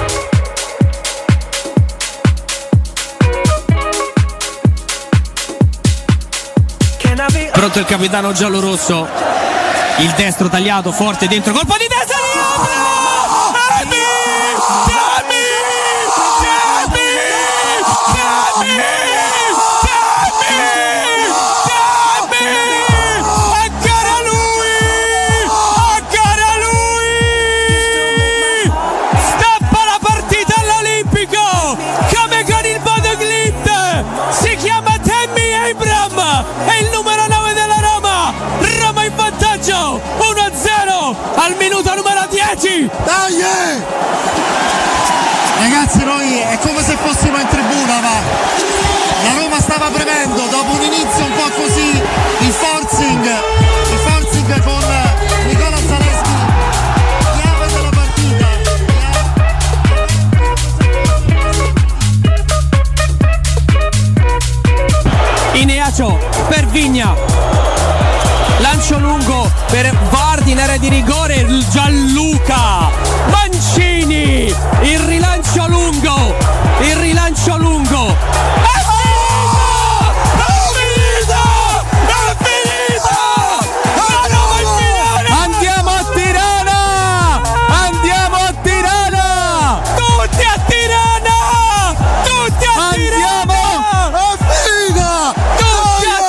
[SPEAKER 1] Pronto il capitano giallorosso, il destro tagliato forte dentro, colpo di testa di Ami! Ami! Ami! Ami! Ami! Ancora lui! Ancora lui! Stappa la partita all'Olimpico come con il Bodo Glimt, si chiama Tammy Abraham, è il numero Roma in vantaggio uno a zero al minuto numero dieci.
[SPEAKER 2] Dai! Ragazzi, noi è come se fossimo in tribuna, ma la Roma stava premendo dopo un inizio un po' così, il forcing il forcing con Nicola Zaleschi, chiave della partita.
[SPEAKER 1] Ineacio per Vigna, lancio lungo per Vardi in area di rigore, Gianluca Mancini, il rilancio lungo, il rilancio lungo, è finita! È finita! È finita! La Roma in finale! Andiamo a Tirana! Andiamo a Tirana! Tutti a Tirana! Tutti a Tirana!
[SPEAKER 2] È finita!
[SPEAKER 1] Tutti a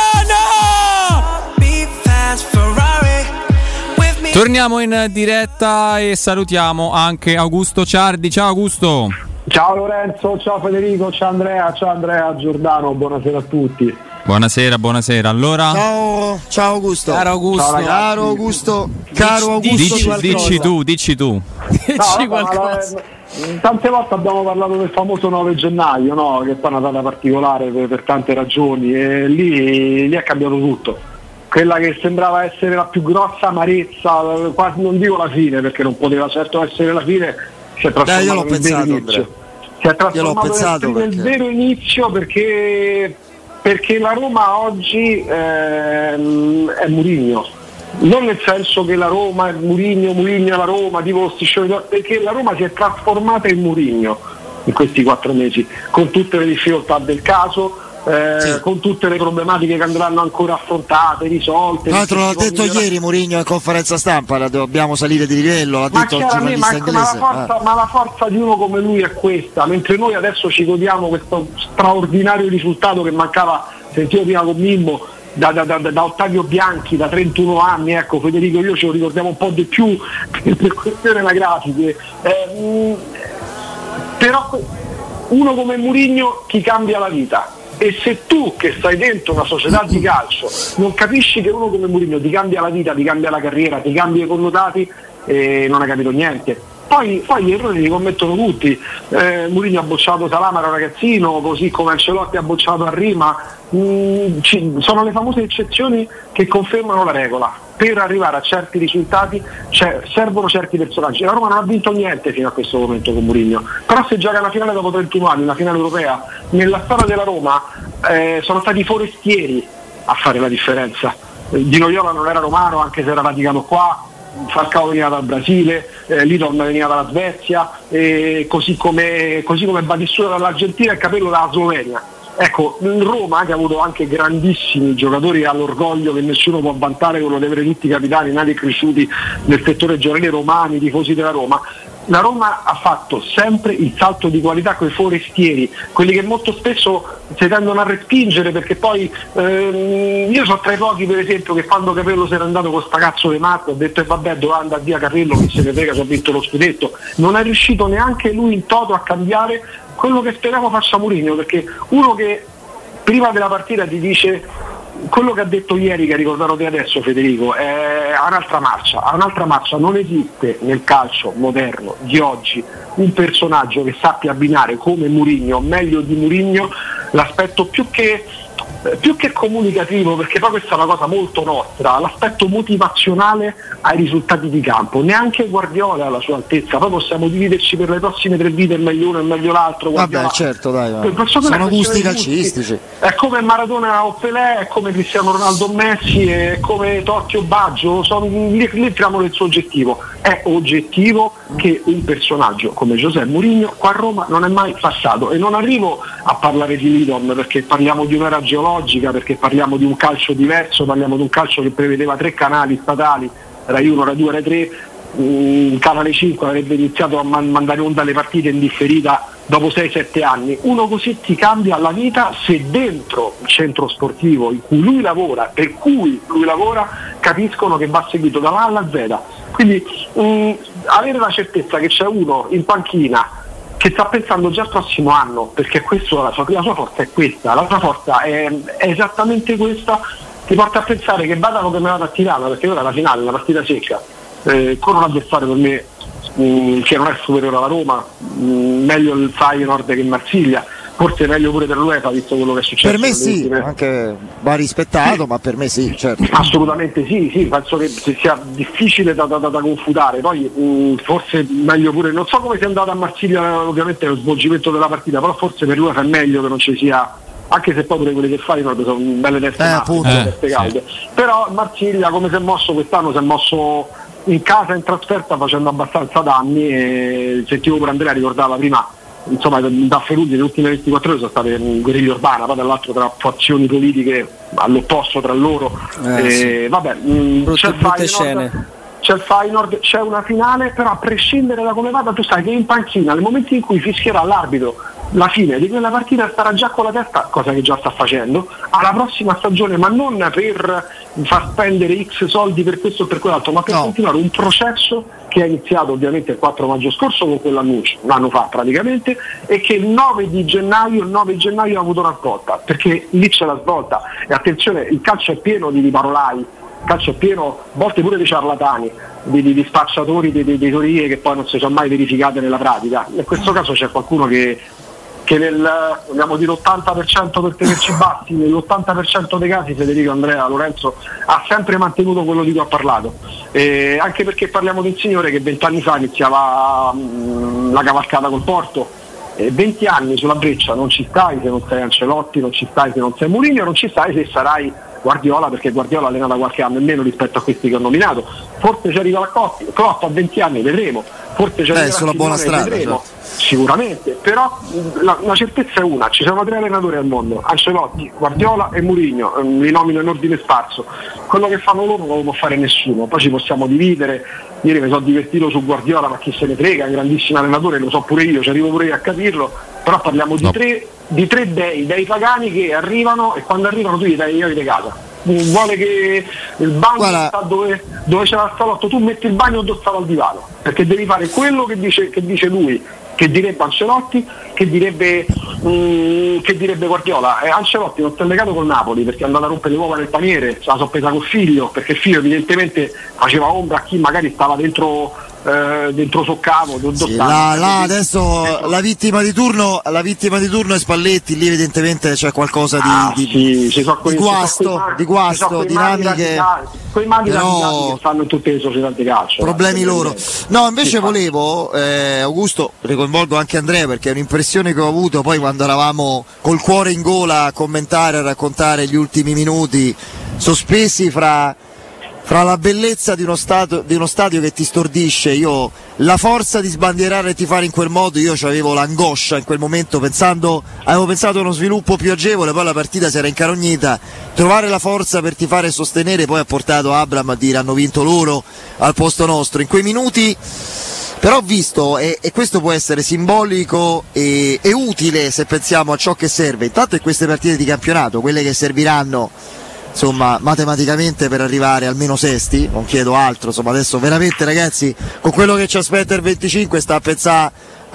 [SPEAKER 1] Tirana!
[SPEAKER 3] Torniamo in diretta e salutiamo anche Augusto Ciardi. Ciao Augusto.
[SPEAKER 12] Ciao Lorenzo, ciao Federico, ciao Andrea, ciao Andrea Giordano, buonasera a tutti.
[SPEAKER 3] Buonasera, buonasera. Allora,
[SPEAKER 2] ciao, ciao Augusto.
[SPEAKER 1] Caro Augusto,
[SPEAKER 2] ciao, caro Augusto, caro Augusto,
[SPEAKER 3] dici, dici tu, dici tu.
[SPEAKER 1] Dici
[SPEAKER 12] no,
[SPEAKER 1] qualcosa.
[SPEAKER 12] Eh, tante volte abbiamo parlato del famoso nove gennaio, no? Che è una data particolare per, per tante ragioni, e lì, lì è cambiato tutto. Quella che sembrava essere la più grossa amarezza, quasi non dico la fine, perché non poteva certo essere la fine, si è trasformato
[SPEAKER 2] Dai, io l'ho
[SPEAKER 12] nel
[SPEAKER 2] pensato,
[SPEAKER 12] vero inizio. Si è trasformato
[SPEAKER 2] pensato
[SPEAKER 12] nel,
[SPEAKER 2] perché...
[SPEAKER 12] nel vero inizio perché, perché la Roma oggi ehm, è Mourinho. Non nel senso che la Roma è Mourinho, Mourinho è la Roma, tipo striscioni, perché la Roma si è trasformata in Mourinho in questi quattro mesi, con tutte le difficoltà del caso. Eh, sì. Con tutte le problematiche che andranno ancora affrontate, risolte.
[SPEAKER 2] Tra l'altro l'ha detto migliorare. Ieri Mourinho in conferenza stampa, la dobbiamo salire di livello, l'ha
[SPEAKER 12] ma
[SPEAKER 2] detto il giornalista
[SPEAKER 12] ma,
[SPEAKER 2] inglese.
[SPEAKER 12] Ma la, forza,
[SPEAKER 2] ah.
[SPEAKER 12] ma la forza di uno come lui è questa, mentre noi adesso ci godiamo questo straordinario risultato che mancava, sentivo prima con Mimmo, da, da, da, da Ottavio Bianchi, da trentuno anni, ecco Federico, io ce lo ricordiamo un po' di più per questioni anagrafiche. Eh, mh, però uno come Mourinho ti cambia la vita. E se tu che stai dentro una società di calcio non capisci che uno come Mourinho ti cambia la vita, ti cambia la carriera, ti cambia i connotati, eh, non hai capito niente. Poi, poi gli errori li commettono tutti. eh, Mourinho ha bocciato Salama, era ragazzino, così come Ancelotti ha bocciato Arrima. Mm, ci, sono le famose eccezioni che confermano la regola. Per arrivare a certi risultati cioè, servono certi personaggi. La Roma non ha vinto niente fino a questo momento con Mourinho, però se gioca una finale dopo trentuno anni, una finale europea, nella storia della Roma eh, sono stati i forestieri a fare la differenza. eh, Di Noiola non era romano, anche se era radicato qua. Falcao veniva dal Brasile, eh, Lidon veniva dalla Svezia, eh, così come, così come Batistuta dall'Argentina e Capello dalla Slovenia. Ecco, Roma che ha avuto anche grandissimi giocatori all'orgoglio che nessuno può vantare, quello di avere tutti i capitani nati e cresciuti nel settore giovanile, romani, tifosi della Roma. La Roma ha fatto sempre il salto di qualità con i forestieri, quelli che molto spesso si tendono a respingere, perché poi ehm, io so tra i pochi per esempio che quando Capello si era andato con sta cazzo di matto, ho detto e eh, vabbè doveva andare via Capello che se ne frega, si ha vinto lo scudetto, non è riuscito neanche lui in toto a cambiare quello che speriamo faccia Mourinho, perché uno che prima della partita ti dice quello che ha detto ieri, che ha ricordato te adesso Federico, è un'altra marcia, è un'altra marcia. Non esiste nel calcio moderno di oggi un personaggio che sappia abbinare come Mourinho, meglio di Mourinho, l'aspetto più che più che comunicativo, perché poi questa è una cosa molto nostra, l'aspetto motivazionale ai risultati di campo. Neanche Guardiola alla sua altezza, poi possiamo dividerci per le prossime tre vite, il meglio uno e il meglio l'altro. Guardiola,
[SPEAKER 2] vabbè, certo, dai, vai.
[SPEAKER 12] Sono
[SPEAKER 2] gusti calcistici.
[SPEAKER 12] È come Maradona o Pelé, è come Cristiano Ronaldo o Messi, è come Totti o Baggio, sono, lì, lì entriamo nel suo oggettivo. È oggettivo che un personaggio come José Mourinho qua a Roma non è mai passato, e non arrivo a parlare di Lidom perché parliamo di un'era geologica, perché parliamo di un calcio diverso, parliamo di un calcio che prevedeva tre canali statali, Rai uno, Rai due, Rai tre, um, Canale cinque avrebbe iniziato a man- mandare onda le partite in differita dopo sei sette anni. Uno così ti cambia la vita se dentro il centro sportivo in cui lui lavora, per cui lui lavora, capiscono che va seguito dalla A alla Z. Quindi um, avere la certezza che c'è uno in panchina che sta pensando già al prossimo anno, perché questo, la, sua, la sua forza è questa, la sua forza è, è esattamente questa, ti porta a pensare che vadano come vada a Tirana, perché ora la finale, una partita secca, eh, con un avversario per me mh, che non è superiore alla Roma, mh, meglio il Feyenoord che il Marsiglia, forse meglio pure per l'UEFA visto quello che è successo.
[SPEAKER 2] Per me sì,
[SPEAKER 12] ultime...
[SPEAKER 2] anche va rispettato, sì. Ma per me sì, certo.
[SPEAKER 12] Assolutamente sì, sì, penso che sia difficile da, da, da, da confutare, poi mh, forse meglio pure, non so come sia andata a Marsiglia ovviamente lo svolgimento della partita, però forse per l'UEFA è meglio che non ci sia, anche se poi pure quelli che fai sono belle teste
[SPEAKER 2] eh,
[SPEAKER 12] matte,
[SPEAKER 2] appunto,
[SPEAKER 12] belle teste calde, sì. Però Marsiglia come si è mosso quest'anno, si è mosso in casa e in trasferta facendo abbastanza danni, e sentivo pure Andrea ricordava prima, insomma da Ferrugi le ultime ventiquattro ore sono state in guerriglia urbana, poi dall'altro tra fazioni politiche all'opposto tra loro,
[SPEAKER 1] eh,
[SPEAKER 12] e,
[SPEAKER 1] sì.
[SPEAKER 12] Vabbè, mh,
[SPEAKER 1] brutte,
[SPEAKER 12] c'è il
[SPEAKER 1] brutte
[SPEAKER 12] Feyenoord,
[SPEAKER 1] scene.
[SPEAKER 12] c'è il Feyenoord, c'è una finale, però a prescindere da come vada tu sai che in panchina nel momento in cui fischierà l'arbitro la fine di quella partita starà già con la testa, cosa che già sta facendo, alla prossima stagione, ma non per far spendere X soldi per questo o per quell'altro, ma per no. continuare un processo che è iniziato ovviamente il quattro maggio scorso con quell'annuncio, un anno fa praticamente, e che il nove di gennaio, il nove gennaio ha avuto una svolta, perché lì c'è la svolta, e attenzione, il calcio è pieno di parolai, il calcio è pieno a volte pure di ciarlatani, di, di, di spacciatori, di, di, di teorie che poi non si sono mai verificate nella pratica. In questo caso c'è qualcuno che che nel, vogliamo dire, ottanta per cento per tenerci bassi, nell'ottanta per cento dei casi Federico, Andrea, Lorenzo ha sempre mantenuto quello di cui ha parlato, eh, anche perché parliamo di un signore che vent'anni fa iniziava mh, la cavalcata col Porto, eh, venti anni sulla breccia non ci stai se non sei Ancelotti, non ci stai se non sei Mourinho, non ci stai se sarai Guardiola, perché Guardiola allena da qualche anno in meno rispetto a questi che ho nominato, forse ci arriva la Klopp, Klopp a venti anni, vedremo, forse ci arriva
[SPEAKER 2] sulla buona strada,
[SPEAKER 12] vedremo.
[SPEAKER 2] Certo.
[SPEAKER 12] Sicuramente, però la, la certezza è una, ci sono tre allenatori al mondo, Ancelotti, Guardiola e Mourinho, li nomino in ordine sparso, quello che fanno loro non lo può fare nessuno, poi ci possiamo dividere, ieri mi sono divertito su Guardiola, ma chi se ne frega, è un grandissimo allenatore, lo so pure io, ci arrivo pure io a capirlo, però parliamo di, no. tre, di tre dei, dei pagani che arrivano, e quando arrivano tu gli dai le chiavi di casa. Vuole che il bagno sta dove, dove c'è la salotto, tu metti il bagno addossato al divano, perché devi fare quello che dice, che dice lui, che direbbe Ancelotti, che direbbe mh, che direbbe Guardiola. E Ancelotti non si è legato col Napoli perché è andato a rompere le uova nel paniere, se la so presa col figlio, perché il figlio evidentemente faceva ombra a chi magari stava dentro eh, dentro Soccavo,
[SPEAKER 2] sì, là, là adesso ecco. la vittima di turno la vittima di turno è Spalletti, lì evidentemente c'è qualcosa di,
[SPEAKER 12] ah,
[SPEAKER 2] di,
[SPEAKER 12] sì, ci sono
[SPEAKER 2] quei, di guasto, quei, di guasto dinamiche,
[SPEAKER 12] quei mali però che fanno in tutte le società di calcio,
[SPEAKER 2] problemi loro. No, invece volevo eh, Augusto, ricoinvolgo anche Andrea perché è un'impressione che ho avuto poi quando eravamo col cuore in gola a commentare, a raccontare gli ultimi minuti sospesi fra fra la bellezza di uno, stato, di uno stadio che ti stordisce, io la forza di sbandierare e tifare in quel modo, io avevo l'angoscia in quel momento, pensando avevo pensato a uno sviluppo più agevole, poi la partita si era incarognita, trovare la forza per tifare e sostenere poi ha portato Abram a dire hanno vinto loro al posto nostro, in quei minuti però ho visto, e, e questo può essere simbolico e, e utile se pensiamo a ciò che serve, intanto in queste partite di campionato, quelle che serviranno insomma matematicamente per arrivare almeno sesti, non chiedo altro, insomma adesso veramente ragazzi con quello che ci aspetta il venticinque sta a pensare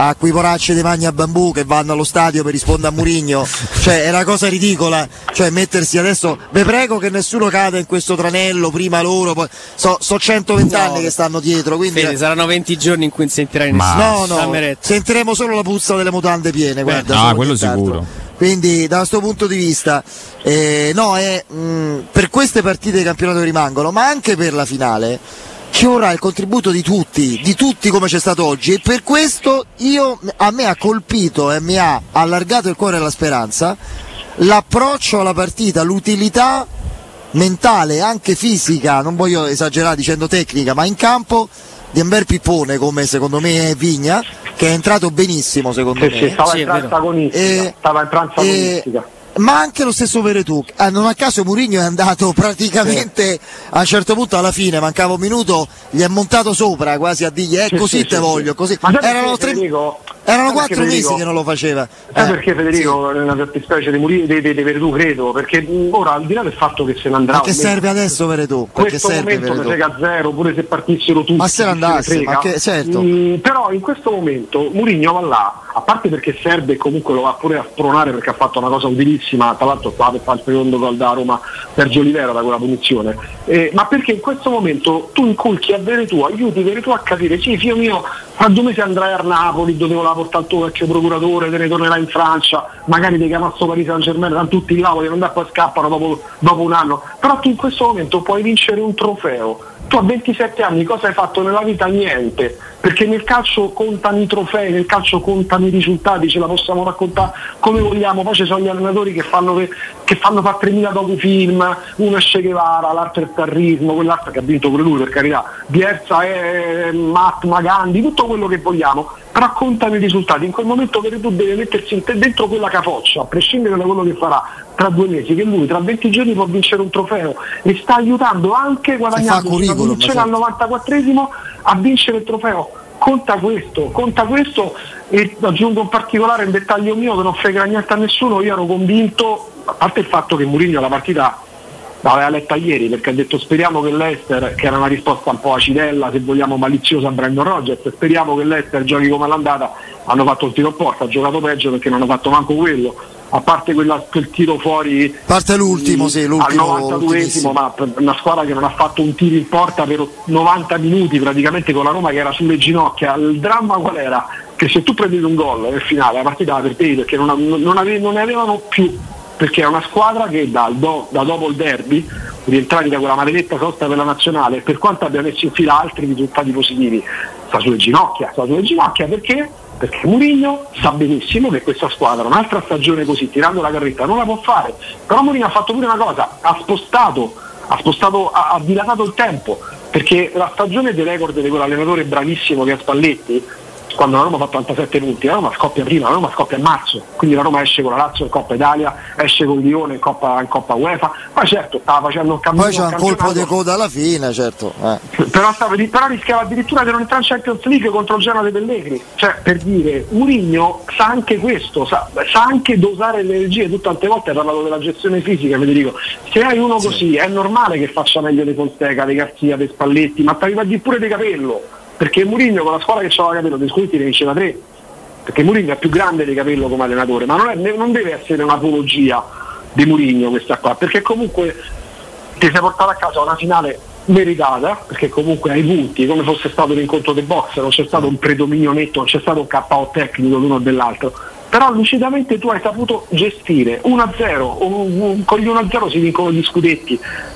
[SPEAKER 2] a quei poracci di magna bambù che vanno allo stadio per rispondere a Mourinho, cioè è una cosa ridicola, cioè mettersi adesso, vi prego che nessuno cada in questo tranello, prima loro, poi so, so centoventi no, anni che stanno dietro, quindi
[SPEAKER 1] Fede, saranno venti giorni in cui non sentirai
[SPEAKER 2] nessuno. No, no, sentiremo solo la puzza delle mutande piene, guarda.
[SPEAKER 3] Ah, quello sicuro.
[SPEAKER 2] Quindi da questo punto di vista eh, no, è mh, per queste partite di campionato che rimangono, ma anche per la finale ci vorrà il contributo di tutti, di tutti come c'è stato oggi, e per questo io, a me ha colpito e mi ha allargato il cuore e la speranza l'approccio alla partita, l'utilità mentale, anche fisica, non voglio esagerare dicendo tecnica, ma in campo di un bel pippone come secondo me è Vigna, che è entrato benissimo secondo
[SPEAKER 12] sì,
[SPEAKER 2] me.
[SPEAKER 12] Sì, stava
[SPEAKER 2] sì,
[SPEAKER 12] in antagonistica,
[SPEAKER 2] e,
[SPEAKER 12] stava in antagonistica.
[SPEAKER 2] Ma anche lo stesso Veretù, ah, non a caso Mourinho è andato praticamente sì. a un certo punto alla fine, mancava un minuto, gli è montato sopra quasi a dirgli eh, sì, così sì, te sì, voglio, così.
[SPEAKER 12] Ma
[SPEAKER 2] erano tre,
[SPEAKER 12] Federico,
[SPEAKER 2] erano quattro mesi che non lo faceva.
[SPEAKER 12] Sai
[SPEAKER 2] eh,
[SPEAKER 12] perché Federico sì. nella fattispecie di Mourinho, di, di, di Veretù credo, perché ora al di là del fatto che se ne andrà.
[SPEAKER 2] Ma che serve adesso Veretù?
[SPEAKER 12] Questo
[SPEAKER 2] serve
[SPEAKER 12] momento mi frega zero, pure se partissero tutti.
[SPEAKER 2] Ma se ne andasse, ma che, certo.
[SPEAKER 12] Mm, però in questo momento Mourinho va là, a parte perché serve e comunque lo va pure a spronare perché ha fatto una cosa utilissima, tra l'altro sta per fare il secondo gol da Roma Sergio Olivera da quella punizione, eh, ma perché in questo momento tu inculchi a Veretù, aiuti Veretù a capire, sì figlio mio, fra due mesi andrai a Napoli dove la porta il tuo vecchio procuratore, te ne tornerai in Francia, magari ti chiama sto Paris Saint Germain, tanto tutti là vogliono andare, poi scappano dopo, dopo un anno, però tu in questo momento puoi vincere un trofeo. Tu a ventisette anni cosa hai fatto nella vita? Niente, perché nel calcio contano i trofei, nel calcio contano i risultati, ce la possiamo raccontare come vogliamo, poi ci sono gli allenatori che fanno, che fanno fare tremila docufilm, uno è Che Guevara, l'altro è il Sarrismo, quell'altro che ha vinto pure lui per carità, Bielsa è Mahatma Gandhi, tutto quello che vogliamo, però contano i risultati. In quel momento Veretù deve mettersi dentro quella capoccia, a prescindere da quello che farà tra due mesi, che lui tra venti giorni può vincere un trofeo e sta aiutando anche guadagnando una posizione al novantaquattresimo a vincere il trofeo. Conta questo, conta questo e aggiungo un particolare, un dettaglio mio che non frega niente a nessuno, io ero convinto, a parte il fatto che Mourinho la partita l'aveva letta ieri perché ha detto speriamo che l'Ester, che era una risposta un po' acidella se vogliamo maliziosa a Brandon Rodgers, speriamo che l'Ester giochi come all'andata, hanno fatto il tiro a porta, ha giocato peggio perché non hanno fatto manco quello, a parte quella, quel tiro fuori
[SPEAKER 2] a parte l'ultimo, sì, l'ultimo
[SPEAKER 12] al novantaduesimo, ma per una squadra che non ha fatto un tiro in porta per novanta minuti praticamente con la Roma che era sulle ginocchia. Il dramma qual era? Che se tu prendevi un gol nel finale la partita la perdevi perché non, non, ave, non ne avevano più, perché è una squadra che da, do, da dopo il derby, rientrati da quella maledetta sosta per la nazionale, per quanto abbia messo in fila altri risultati positivi, sta sulle ginocchia, sta sulle ginocchia perché? Perché Mourinho sa benissimo che questa squadra un'altra stagione così, tirando la carretta, non la può fare. Però Mourinho ha fatto pure una cosa, ha spostato, ha spostato, ha, ha dilatato il tempo, perché la stagione dei record di quell'allenatore bravissimo che è Spalletti, quando la Roma fa ottantasette punti, la Roma scoppia prima, la Roma scoppia a marzo, quindi la Roma esce con la Lazio in Coppa Italia, esce con Lione in Coppa, in Coppa UEFA, poi certo stava facendo un cammino.
[SPEAKER 2] Poi c'è un colpo di coda alla fine, certo. Eh.
[SPEAKER 12] Però, stava, però rischiava addirittura di non entrare in Champions League contro il Genoa dei Pellegrini. Cioè, per dire, Mourinho sa anche questo, sa, sa anche dosare le energie, tutte tante volte hai parlato della gestione fisica, mi dico, se hai uno così è normale che faccia meglio dei Fonseca, dei Garzia, dei Spalletti, ma ti arriva a dire pure di Capello. Perché Mourinho con la squadra che c'aveva Capello dei sconti ne vinceva tre, perché Mourinho è più grande di Capello come allenatore, ma non, è, non deve essere un'apologia di Mourinho questa qua, perché comunque ti sei portato a casa una finale meritata, perché comunque hai punti, come fosse stato l'incontro del box, non c'è stato un predominio netto, non c'è stato un K O tecnico l'uno o dell'altro, però lucidamente tu hai saputo gestire uno a zero, con gli uno a zero si vincono gli scudetti,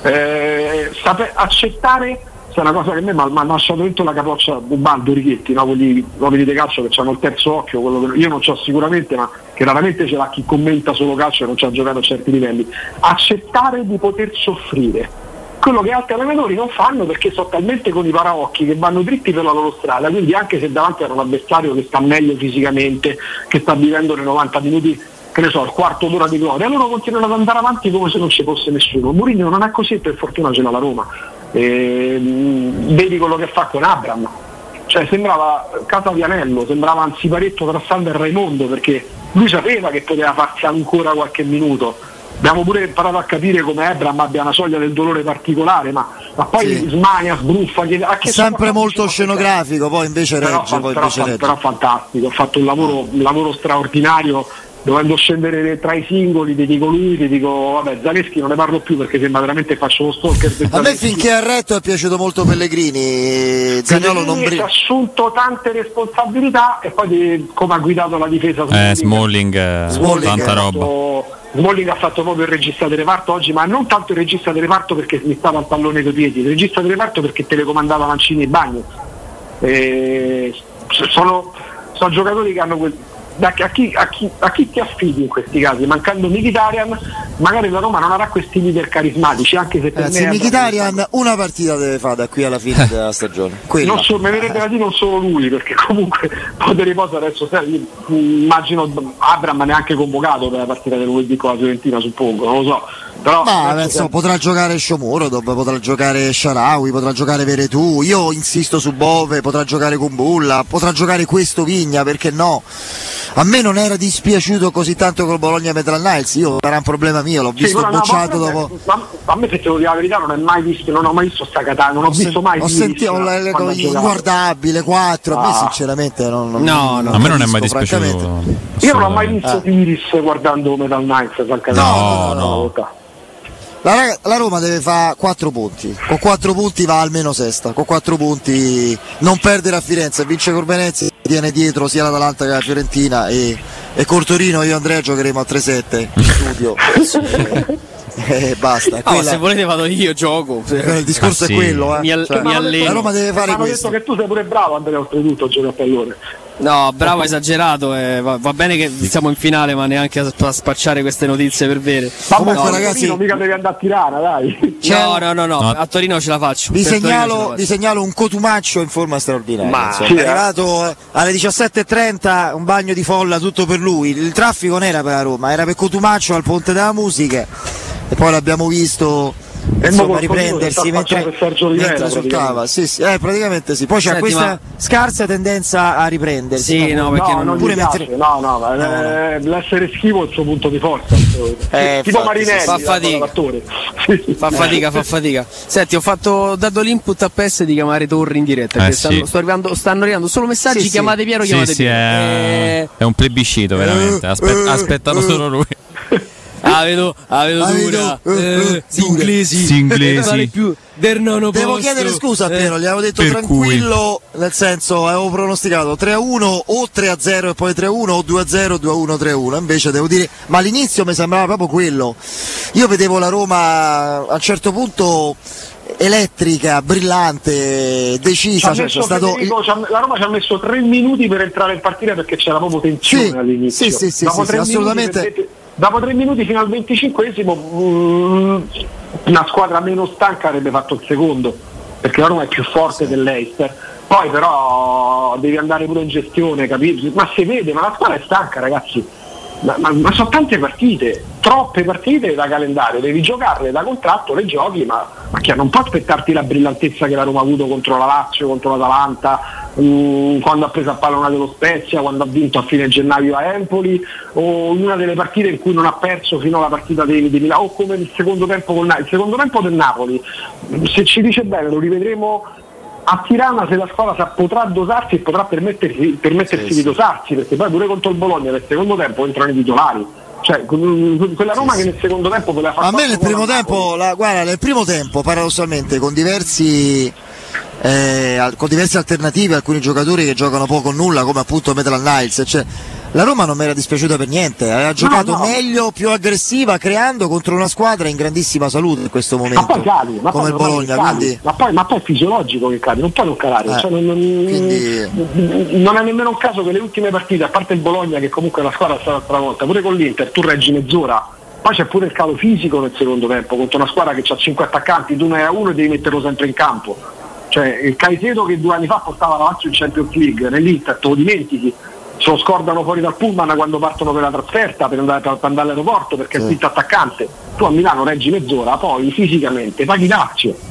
[SPEAKER 12] eh, sape, accettare. È una cosa che a me mi ha lasciato dentro la capoccia Bubaldo, Righetti, no? Quelli uomini di calcio che hanno il terzo occhio, quello che io non c'ho sicuramente, ma che raramente ce l'ha chi commenta solo calcio e non ci ha giocato a certi livelli. Accettare di poter soffrire, quello che altri allenatori non fanno perché sono talmente con i paraocchi che vanno dritti per la loro strada, quindi anche se davanti a un avversario che sta meglio fisicamente, che sta vivendo nei novanta minuti, che ne so, il quarto d'ora di gloria, loro continuano ad andare avanti come se non ci fosse nessuno. Mourinho non è così, per fortuna ce l'ha la Roma. Eh, vedi quello che fa con Abram, cioè sembrava Casa Vianello, sembrava Anziparetto tra Salva e Raimondo, perché lui sapeva che poteva farsi ancora qualche minuto abbiamo pure imparato a capire come Ebram abbia una soglia del dolore particolare, ma, ma poi
[SPEAKER 2] Sì.
[SPEAKER 12] smania, sbruffa, chiede, a che
[SPEAKER 2] sempre
[SPEAKER 12] sono-
[SPEAKER 2] molto scenografico, poi invece
[SPEAKER 12] però,
[SPEAKER 2] regge,
[SPEAKER 12] fa-
[SPEAKER 2] poi
[SPEAKER 12] però,
[SPEAKER 2] invece
[SPEAKER 12] fa-
[SPEAKER 2] regge.
[SPEAKER 12] però fantastico, ha fatto un lavoro, un lavoro straordinario, dovendo scendere tra i singoli, ti dico lui, ti dico vabbè, Zaleschi non ne parlo più perché sembra veramente faccio lo stalker per
[SPEAKER 2] A me
[SPEAKER 12] Zaleschi.
[SPEAKER 2] finché ha retto è piaciuto molto Pellegrini, Zaniolo non
[SPEAKER 12] Pellegrini si è
[SPEAKER 2] brilla.
[SPEAKER 12] assunto tante responsabilità e poi di- come ha guidato la difesa
[SPEAKER 3] Eh, Smalling, eh,
[SPEAKER 2] Smalling
[SPEAKER 3] tanta
[SPEAKER 2] ha
[SPEAKER 3] roba.
[SPEAKER 12] Smalling ha fatto proprio il regista di reparto oggi, ma non tanto il regista di reparto perché mi stava al pallone coi piedi, il regista di reparto perché telecomandava Mancini e Bagno. Eh, sono, sono giocatori che hanno quel, da, a, chi, a, chi, a chi ti affidi in questi casi? Mancando Mkhitaryan, magari la Roma non avrà questi leader carismatici, anche se per
[SPEAKER 2] Ragazzi,
[SPEAKER 12] me è
[SPEAKER 2] Mkhitaryan una partita deve fare da qui alla fine della stagione. Quella.
[SPEAKER 12] non so, mi verrebbe da dire non solo lui, perché comunque un po' di riposo adesso sai, io, mh, immagino Abram neanche convocato per la partita del lunedì con la Fiorentina, suppongo, non lo so. Però
[SPEAKER 2] Ma
[SPEAKER 12] adesso
[SPEAKER 2] adesso
[SPEAKER 12] se-
[SPEAKER 2] potrà giocare Shomurodov, potrà giocare Sharawi, potrà giocare Veretù, io insisto su Bove, potrà giocare Kumbulla, potrà giocare questo Vigna, perché no? A me non era dispiaciuto così tanto col Bologna Metal Niles, io era un problema mio, l'ho
[SPEAKER 12] Sì,
[SPEAKER 2] visto
[SPEAKER 12] però no,
[SPEAKER 2] bocciato
[SPEAKER 12] ma-
[SPEAKER 2] dopo.
[SPEAKER 12] ma- a me se te lo dico la verità non è mai visto, non ho mai visto sta Catania, non ho,
[SPEAKER 2] Ho, sen-
[SPEAKER 12] visto mai
[SPEAKER 2] ho
[SPEAKER 12] Iris
[SPEAKER 2] sentito
[SPEAKER 12] quando
[SPEAKER 2] le- le-
[SPEAKER 12] ha giocato.
[SPEAKER 2] inguardabile quattro, a me
[SPEAKER 12] Ah.
[SPEAKER 2] sinceramente non, non
[SPEAKER 1] No, no.
[SPEAKER 3] A me non è mai
[SPEAKER 2] capisco,
[SPEAKER 3] dispiaciuto.
[SPEAKER 2] francamente.
[SPEAKER 12] Io non ho mai
[SPEAKER 3] assolutamente.
[SPEAKER 12] visto Iris guardando Metal Knights, francamente.
[SPEAKER 3] No, no.
[SPEAKER 2] La, raga- la Roma deve fare quattro punti, con quattro punti va almeno sesta, con quattro punti non perdere a Firenze, vince col Venezia, tiene dietro sia l'Atalanta che la Fiorentina e, e col Torino io e Andrea giocheremo a tre sette in studio. E basta.
[SPEAKER 1] No,
[SPEAKER 2] Quella-
[SPEAKER 1] se volete vado io, gioco.
[SPEAKER 2] il discorso
[SPEAKER 3] Ah, sì.
[SPEAKER 2] è quello, eh.
[SPEAKER 1] Mi al-
[SPEAKER 2] Cioè,
[SPEAKER 1] mi alleno.
[SPEAKER 2] la Roma deve
[SPEAKER 12] Mi
[SPEAKER 2] fare
[SPEAKER 12] hanno
[SPEAKER 2] questo.
[SPEAKER 12] detto che tu sei pure bravo Andrea oltretutto a giocare a pallone.
[SPEAKER 1] No, bravo, esagerato. eh, va, va bene che siamo in finale, ma neanche a, a spacciare queste notizie per vere.
[SPEAKER 12] Vabbè,
[SPEAKER 2] Comunque,
[SPEAKER 12] no,
[SPEAKER 2] ragazzi-
[SPEAKER 12] Torino mica devi andare a Tirana, dai.
[SPEAKER 1] No, no, no, no,
[SPEAKER 3] No.
[SPEAKER 1] a Torino ce la faccio.
[SPEAKER 2] Vi
[SPEAKER 1] Per Torino ce la
[SPEAKER 2] segnalo,
[SPEAKER 1] faccio.
[SPEAKER 2] vi segnalo un Cotumaccio in forma straordinaria.
[SPEAKER 1] Ma-
[SPEAKER 2] insomma.
[SPEAKER 12] sì,
[SPEAKER 2] è
[SPEAKER 12] eh.
[SPEAKER 2] arrivato eh, alle diciassette e trenta, un bagno di folla tutto per lui. Il traffico non era per la Roma, era per Cotumaccio al Ponte della Musica e poi l'abbiamo visto
[SPEAKER 12] E
[SPEAKER 2] insomma
[SPEAKER 12] mo
[SPEAKER 2] riprendersi
[SPEAKER 12] col
[SPEAKER 2] mentre,
[SPEAKER 12] per Sergio Rivera,
[SPEAKER 2] mentre esultava.
[SPEAKER 12] praticamente.
[SPEAKER 2] Sì, sì, eh, praticamente sì. Poi c'ha
[SPEAKER 1] Senti,
[SPEAKER 2] questa
[SPEAKER 1] ma-
[SPEAKER 2] scarsa tendenza a riprendersi.
[SPEAKER 1] Sì, no, perché
[SPEAKER 12] no,
[SPEAKER 1] non-
[SPEAKER 12] non
[SPEAKER 2] pure
[SPEAKER 12] gli piace,
[SPEAKER 2] mentre-
[SPEAKER 12] no, no, ma,
[SPEAKER 2] No,
[SPEAKER 12] eh, l'essere schivo è il suo punto di forza.
[SPEAKER 2] Eh,
[SPEAKER 12] tipo
[SPEAKER 2] infatti,
[SPEAKER 12] Marinelli,
[SPEAKER 1] sì, fa fatica.
[SPEAKER 12] l'attore. Sì, sì.
[SPEAKER 1] Fa fatica, fa fatica. Senti, ho fatto ho dato l'input a P E S di chiamare Torri in diretta.
[SPEAKER 3] Eh,
[SPEAKER 1] perché stanno,
[SPEAKER 3] sì.
[SPEAKER 1] sto arrivando, stanno arrivando solo messaggi.
[SPEAKER 2] Sì, sì.
[SPEAKER 1] chiamate Piero,
[SPEAKER 3] Sì,
[SPEAKER 1] chiamate
[SPEAKER 3] sì,
[SPEAKER 1] Piero.
[SPEAKER 3] è,
[SPEAKER 1] Eh,
[SPEAKER 3] è un plebiscito veramente. Aspe-
[SPEAKER 2] eh,
[SPEAKER 3] aspettano
[SPEAKER 2] eh.
[SPEAKER 3] solo lui.
[SPEAKER 1] ah, vedo, ah, vedo
[SPEAKER 2] Ah,
[SPEAKER 1] dura.
[SPEAKER 2] vedo, eh,
[SPEAKER 1] Eh,
[SPEAKER 2] eh,
[SPEAKER 1] sì,
[SPEAKER 2] dura.
[SPEAKER 1] inglesi.
[SPEAKER 3] Sì, inglesi.
[SPEAKER 1] Eh, vale più del nono
[SPEAKER 2] Devo
[SPEAKER 1] posto.
[SPEAKER 2] chiedere scusa a
[SPEAKER 1] Eh,
[SPEAKER 2] Piero, gli avevo detto
[SPEAKER 3] per
[SPEAKER 2] tranquillo, nel senso avevo pronosticato tre a uno o tre a zero e poi tre a uno o due a zero, due a uno, tre a uno, invece devo dire, ma all'inizio mi sembrava proprio quello. Io vedevo la Roma a un certo punto elettrica, brillante,
[SPEAKER 12] Ci
[SPEAKER 2] decisa,
[SPEAKER 12] ha
[SPEAKER 2] cioè,
[SPEAKER 12] messo
[SPEAKER 2] c'è stato
[SPEAKER 12] Federico, ci ha- la Roma ci ha messo tre minuti per entrare in partita perché c'era proprio tensione
[SPEAKER 2] Sì,
[SPEAKER 12] all'inizio.
[SPEAKER 2] sì, sì, sì,
[SPEAKER 12] dopo
[SPEAKER 2] sì,
[SPEAKER 12] tre
[SPEAKER 2] sì,
[SPEAKER 12] minuti
[SPEAKER 2] assolutamente.
[SPEAKER 12] perdete- dopo tre minuti fino al venticinquesimo mm, una squadra meno stanca avrebbe fatto il secondo, perché la Roma è più forte dell'Eister. Poi però devi andare pure in gestione, capito? Ma si vede, ma la squadra è stanca, ragazzi. Ma, ma, ma sono tante partite, troppe partite da calendario, devi giocarle da contratto, le giochi, ma, ma che non puoi aspettarti la brillantezza che la Roma ha avuto contro la Lazio, contro l'Atalanta, mh, quando ha preso a pallonate dello Spezia, quando ha vinto a fine gennaio a Empoli, o in una delle partite in cui non ha perso fino alla partita di, di Milano, o come il secondo tempo con il secondo tempo del Napoli. Se ci dice bene lo rivedremo a Tirana, se la squadra sa- potrà dosarsi e potrà permettersi, permettersi
[SPEAKER 2] Sì,
[SPEAKER 12] di
[SPEAKER 2] sì.
[SPEAKER 12] dosarsi, perché poi pure contro il Bologna nel secondo tempo entrano i titolari, cioè con- quella Roma
[SPEAKER 2] Sì,
[SPEAKER 12] che
[SPEAKER 2] sì.
[SPEAKER 12] nel secondo tempo voleva fare
[SPEAKER 2] A me nel
[SPEAKER 12] quattro
[SPEAKER 2] primo
[SPEAKER 12] gol a
[SPEAKER 2] tempo,
[SPEAKER 12] Napoli.
[SPEAKER 2] la, guarda, nel primo tempo paradossalmente con diversi eh, al- con diverse alternative, alcuni giocatori che giocano poco o nulla, come appunto Metal Niles, cioè, la Roma non mi era dispiaciuta per niente, aveva giocato
[SPEAKER 12] no.
[SPEAKER 2] meglio, più aggressiva, creando contro una squadra in grandissima salute in questo momento,
[SPEAKER 12] Ma poi cadi, ma
[SPEAKER 2] come
[SPEAKER 12] poi
[SPEAKER 2] il Bologna,
[SPEAKER 12] cadi.
[SPEAKER 2] quindi
[SPEAKER 12] ma, poi, ma poi è fisiologico che cadi, non puoi non calare,
[SPEAKER 2] Eh,
[SPEAKER 12] cioè, non, non-
[SPEAKER 2] quindi-
[SPEAKER 12] non è nemmeno un caso che le ultime partite, a parte il Bologna che comunque la squadra è stata stravolta, pure con l'Inter tu reggi mezz'ora, poi c'è pure il calo fisico nel secondo tempo contro una squadra che ha cinque attaccanti, tu ne hai uno e devi metterlo sempre in campo. Cioè il Caicedo che due anni fa portava la Lazio in Champions League, nell'Inter te lo dimentichi, se lo scordano fuori dal pullman quando partono per la trasferta per andare, per andare all'aeroporto perché è il quinto attaccante. Tu a Milano reggi mezz'ora, poi fisicamente paghi Lazio,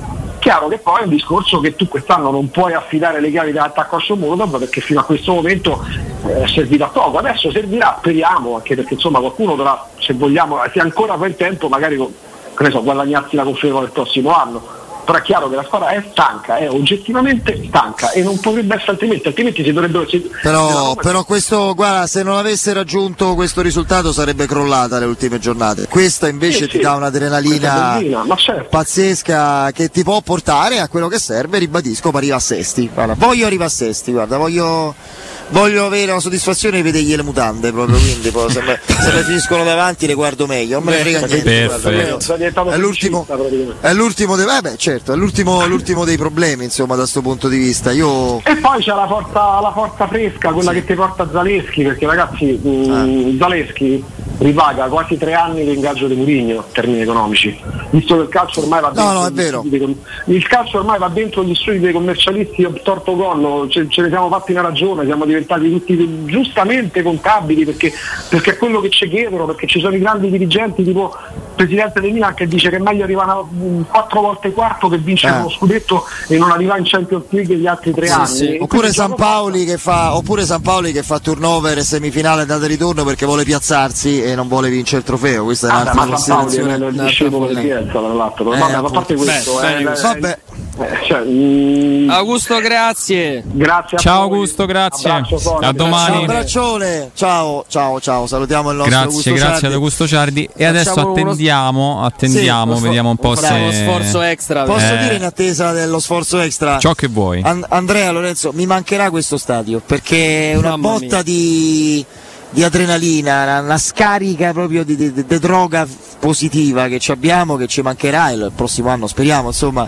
[SPEAKER 12] chiaro che poi è un discorso che tu quest'anno non puoi affidare le chiavi dell'attacco a Shomurodov, perché fino a questo momento è servito a poco. Adesso servirà, speriamo, anche perché insomma qualcuno dovrà, se vogliamo, se ancora quel tempo magari, che ne so, guadagnarsi la conferma del prossimo anno. Però è chiaro che la squadra è stanca, è oggettivamente stanca e non potrebbe essere altrimenti, altrimenti si dovrebbero... Si,
[SPEAKER 2] però, però questo, guarda, se non avesse raggiunto questo risultato sarebbe crollata le ultime giornate. Questa invece
[SPEAKER 12] sì,
[SPEAKER 2] ti
[SPEAKER 12] sì.
[SPEAKER 2] dà un'adrenalina
[SPEAKER 12] ma certo.
[SPEAKER 2] pazzesca che ti può portare a quello che serve, ribadisco, per arrivare a sesti. Guarda, voglio arrivare a sesti, guarda, voglio... voglio avere la soddisfazione di vedergli le mutande proprio, quindi poi se, me, se mi finiscono davanti le guardo meglio, non me ne frega niente, guarda, è l'ultimo, è l'ultimo dei, eh beh, certo, è l'ultimo, l'ultimo dei problemi, insomma, da questo punto di vista. Io...
[SPEAKER 12] E poi c'è la forza, la forza fresca, quella sì. che ti porta Zaleschi, perché ragazzi mh, ah. Zaleschi ripaga quasi tre anni di ingaggio di Mourinho in termini economici, visto che il calcio ormai va dentro,
[SPEAKER 2] no, no, è vero.
[SPEAKER 12] Dei, il calcio ormai va dentro gli studi dei commercialisti, torto collo, ce, ce ne siamo fatti una ragione, siamo diventati tutti giustamente contabili, perché, perché è quello che ci chiedono, perché ci sono i grandi dirigenti tipo il presidente del Milan che dice che è meglio arrivare quattro volte quarto che vincere eh. uno scudetto e non arrivare in Champions League gli altri tre sì, anni.
[SPEAKER 2] Sì. Oppure San Paoli che fa oppure San Paoli che fa turnover e semifinale andata e ritorno perché vuole piazzarsi e non vuole vincere il trofeo. Questa
[SPEAKER 12] ah,
[SPEAKER 2] è un'altra
[SPEAKER 12] considerazione. Ma il discepolo del Piazza, tra l'altro. Eh, vabbè, a parte questo, beh, eh,
[SPEAKER 2] vabbè.
[SPEAKER 12] Eh, cioè, mm,
[SPEAKER 1] Augusto, grazie.
[SPEAKER 12] Grazie a
[SPEAKER 3] ciao
[SPEAKER 12] voi.
[SPEAKER 3] Augusto, grazie.
[SPEAKER 12] Abbraccio,
[SPEAKER 3] a domani.
[SPEAKER 2] Un abbraccione. Ciao, ciao, ciao. Salutiamo il nostro
[SPEAKER 3] grazie,
[SPEAKER 2] Augusto
[SPEAKER 3] grazie
[SPEAKER 2] Ciardi.
[SPEAKER 3] ad Augusto Ciardi. E adesso
[SPEAKER 1] Facciamo
[SPEAKER 3] attendiamo, attendiamo,
[SPEAKER 2] sì,
[SPEAKER 3] vediamo un po' se
[SPEAKER 1] uno sforzo extra.
[SPEAKER 2] Posso
[SPEAKER 3] eh.
[SPEAKER 2] dire in attesa dello sforzo extra?
[SPEAKER 3] Ciò che vuoi.
[SPEAKER 2] An- Andrea, Lorenzo, mi mancherà questo stadio perché è una
[SPEAKER 1] Mamma
[SPEAKER 2] botta
[SPEAKER 1] mia.
[SPEAKER 2] di di adrenalina, una, una scarica proprio di, di, di, di droga positiva che ci abbiamo, che ci mancherà il prossimo anno, speriamo insomma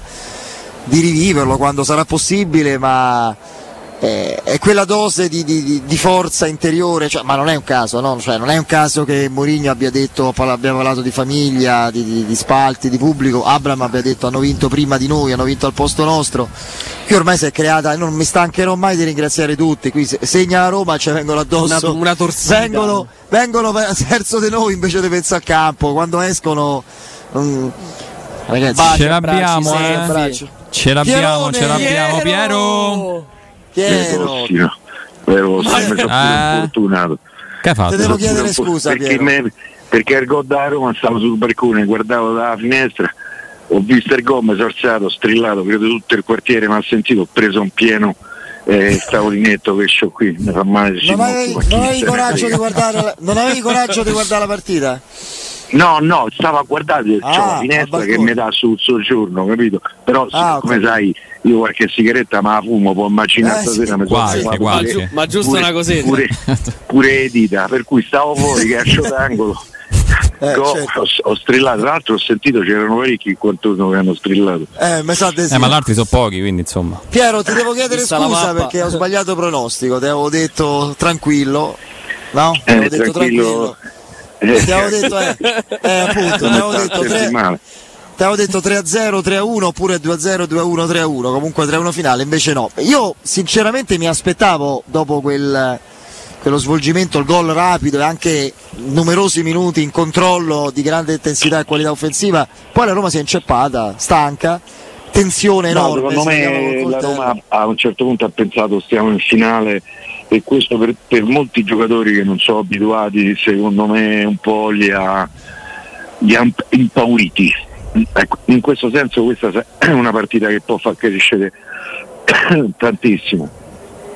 [SPEAKER 2] di riviverlo quando sarà possibile, ma eh, è quella dose di, di, di forza interiore, cioè, ma non è un caso, no? Cioè, non è un caso che Mourinho abbia detto, abbia parlato di famiglia, di, di, di spalti, di pubblico, Abraham abbia detto hanno vinto prima di noi, hanno vinto al posto nostro. Qui ormai si è creata, non mi stancherò mai di ringraziare tutti, qui segna la Roma, ci vengono addosso,
[SPEAKER 1] una, una torsida.
[SPEAKER 2] vengono, vengono verso di noi invece di pensare al campo, quando escono um, ragazzi,
[SPEAKER 3] baci, ce l'abbiamo,
[SPEAKER 2] abbracci,
[SPEAKER 3] eh. ce l'abbiamo,
[SPEAKER 2] Pierone,
[SPEAKER 3] ce l'abbiamo, Piero.
[SPEAKER 2] Piero,
[SPEAKER 5] Piero. Piero, sempre troppo
[SPEAKER 3] eh.
[SPEAKER 5] fortunato.
[SPEAKER 2] Che hai fatto? Ti devo chiedere scusa,
[SPEAKER 5] perché,
[SPEAKER 2] Piero.
[SPEAKER 5] me, perché il gol da Roma, stavo sul balcone, guardavo dalla finestra, ho visto il gol, mi sono alzato, strillato, credo tutto il quartiere mi ha sentito, ho preso un pieno e eh, stavo linetto che sto qui, mi fa male.
[SPEAKER 2] Non avevi, non avevi coraggio di guardare la, non avevi coraggio di guardare la partita?
[SPEAKER 5] No, no, stavo a guardare, ah, c'è la finestra che mi dà sul soggiorno, capito? Però ah, come okay. sai, io qualche sigaretta ma la fumo, può immaginare
[SPEAKER 2] eh,
[SPEAKER 5] stasera
[SPEAKER 2] sì.
[SPEAKER 5] mi
[SPEAKER 3] quasi,
[SPEAKER 5] sono
[SPEAKER 3] quasi.
[SPEAKER 5] pure,
[SPEAKER 1] Ma, ma giusto
[SPEAKER 5] pure,
[SPEAKER 1] una cosetta.
[SPEAKER 5] Pure, pure le dita, per cui stavo fuori, calcio d'angolo.
[SPEAKER 2] Eh,
[SPEAKER 5] Go,
[SPEAKER 2] certo.
[SPEAKER 5] ho, ho strillato, tra l'altro ho sentito c'erano parecchi in quanto che hanno strillato.
[SPEAKER 2] Eh, mi sa
[SPEAKER 3] eh, ma l'altro sono pochi, quindi insomma.
[SPEAKER 2] Piero, ti devo chiedere scusa perché ho sbagliato pronostico, ti avevo detto tranquillo. No? Ti avevo
[SPEAKER 5] eh,
[SPEAKER 2] detto tranquillo.
[SPEAKER 5] tranquillo.
[SPEAKER 2] Ti avevo detto eh, eh appunto, ti avevo detto tre Ti avevo detto tre a zero, tre a uno oppure due a zero, due a uno, tre a uno, comunque tre a uno finale, invece no. Io sinceramente mi aspettavo dopo quel quello svolgimento, il gol rapido e anche numerosi minuti in controllo di grande intensità e qualità offensiva, poi la Roma si è inceppata, stanca, tensione enorme.
[SPEAKER 5] No, secondo me la Roma a un certo punto ha pensato stiamo in finale e questo per, per molti giocatori che non sono abituati secondo me un po' li ha, li ha impauriti. Ecco, in questo senso questa è una partita che può far crescere tantissimo.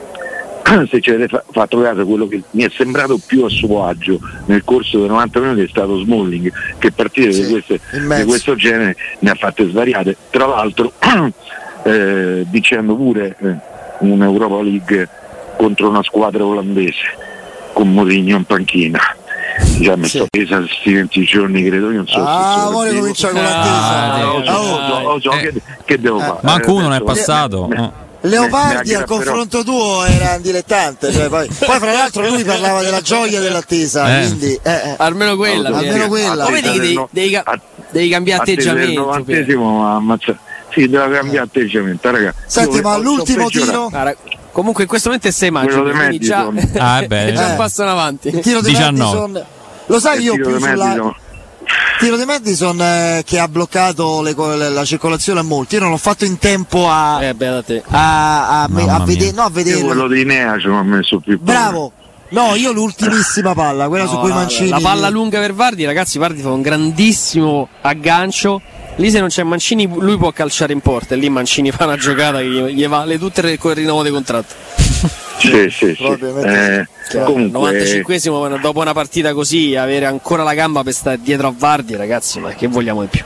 [SPEAKER 5] Se ci avete fatto caso, quello che mi è sembrato più a suo agio nel corso dei novanta minuti è stato Smalling, che partite sì, di, queste, di questo genere ne ha fatte svariate, tra l'altro eh, dicendo pure eh, un'Europa League contro una squadra olandese con Mourinho in panchina. Già mi sto presa questi venti giorni, credo, io non so.
[SPEAKER 2] Ah, vuole cominciare con l'attesa.
[SPEAKER 5] Che devo
[SPEAKER 2] eh.
[SPEAKER 5] fare?
[SPEAKER 3] Manco uno non è passato.
[SPEAKER 2] Eh. Eh. Leopardi al confronto però... tuo era un dilettante, cioè poi, poi fra l'altro lui parlava della gioia dell'attesa, eh. quindi eh, eh.
[SPEAKER 1] almeno quella,
[SPEAKER 2] almeno quella.
[SPEAKER 1] Come vedi che devi, devi, devi cambiare atteggiamento?
[SPEAKER 5] Ammazza... Sì, deve cambiare atteggiamento, raga.
[SPEAKER 2] Senti, io ma l'ultimo tiro.
[SPEAKER 1] Cara, comunque in questo momento è sei maggio, quindi già,
[SPEAKER 3] ah, beh,
[SPEAKER 1] già
[SPEAKER 2] eh.
[SPEAKER 1] passano avanti.
[SPEAKER 2] Il tiro di Madison, lo sai io più sulla tiro di Madison eh, che ha bloccato le, la circolazione a molti. Io non l'ho fatto in tempo a
[SPEAKER 1] eh, beh, da te.
[SPEAKER 2] a, a, a vedere, no, a vedere
[SPEAKER 5] quello di Nea ci ho messo più
[SPEAKER 2] bravo. No, io l'ultimissima palla, quella
[SPEAKER 1] no,
[SPEAKER 2] su cui
[SPEAKER 1] la,
[SPEAKER 2] Mancini.
[SPEAKER 1] La palla lunga per Vardi, ragazzi, Vardi fa un grandissimo aggancio. Lì se non c'è Mancini lui può calciare in porta e lì Mancini fa una giocata che gli, gli vale tutte le, il rinnovo di contratto.
[SPEAKER 5] Sì, sì, sì. Eh, comunque...
[SPEAKER 1] novantacinquesimo dopo una partita così avere ancora la gamba per stare dietro a Vardi, ragazzi, ma che vogliamo di più?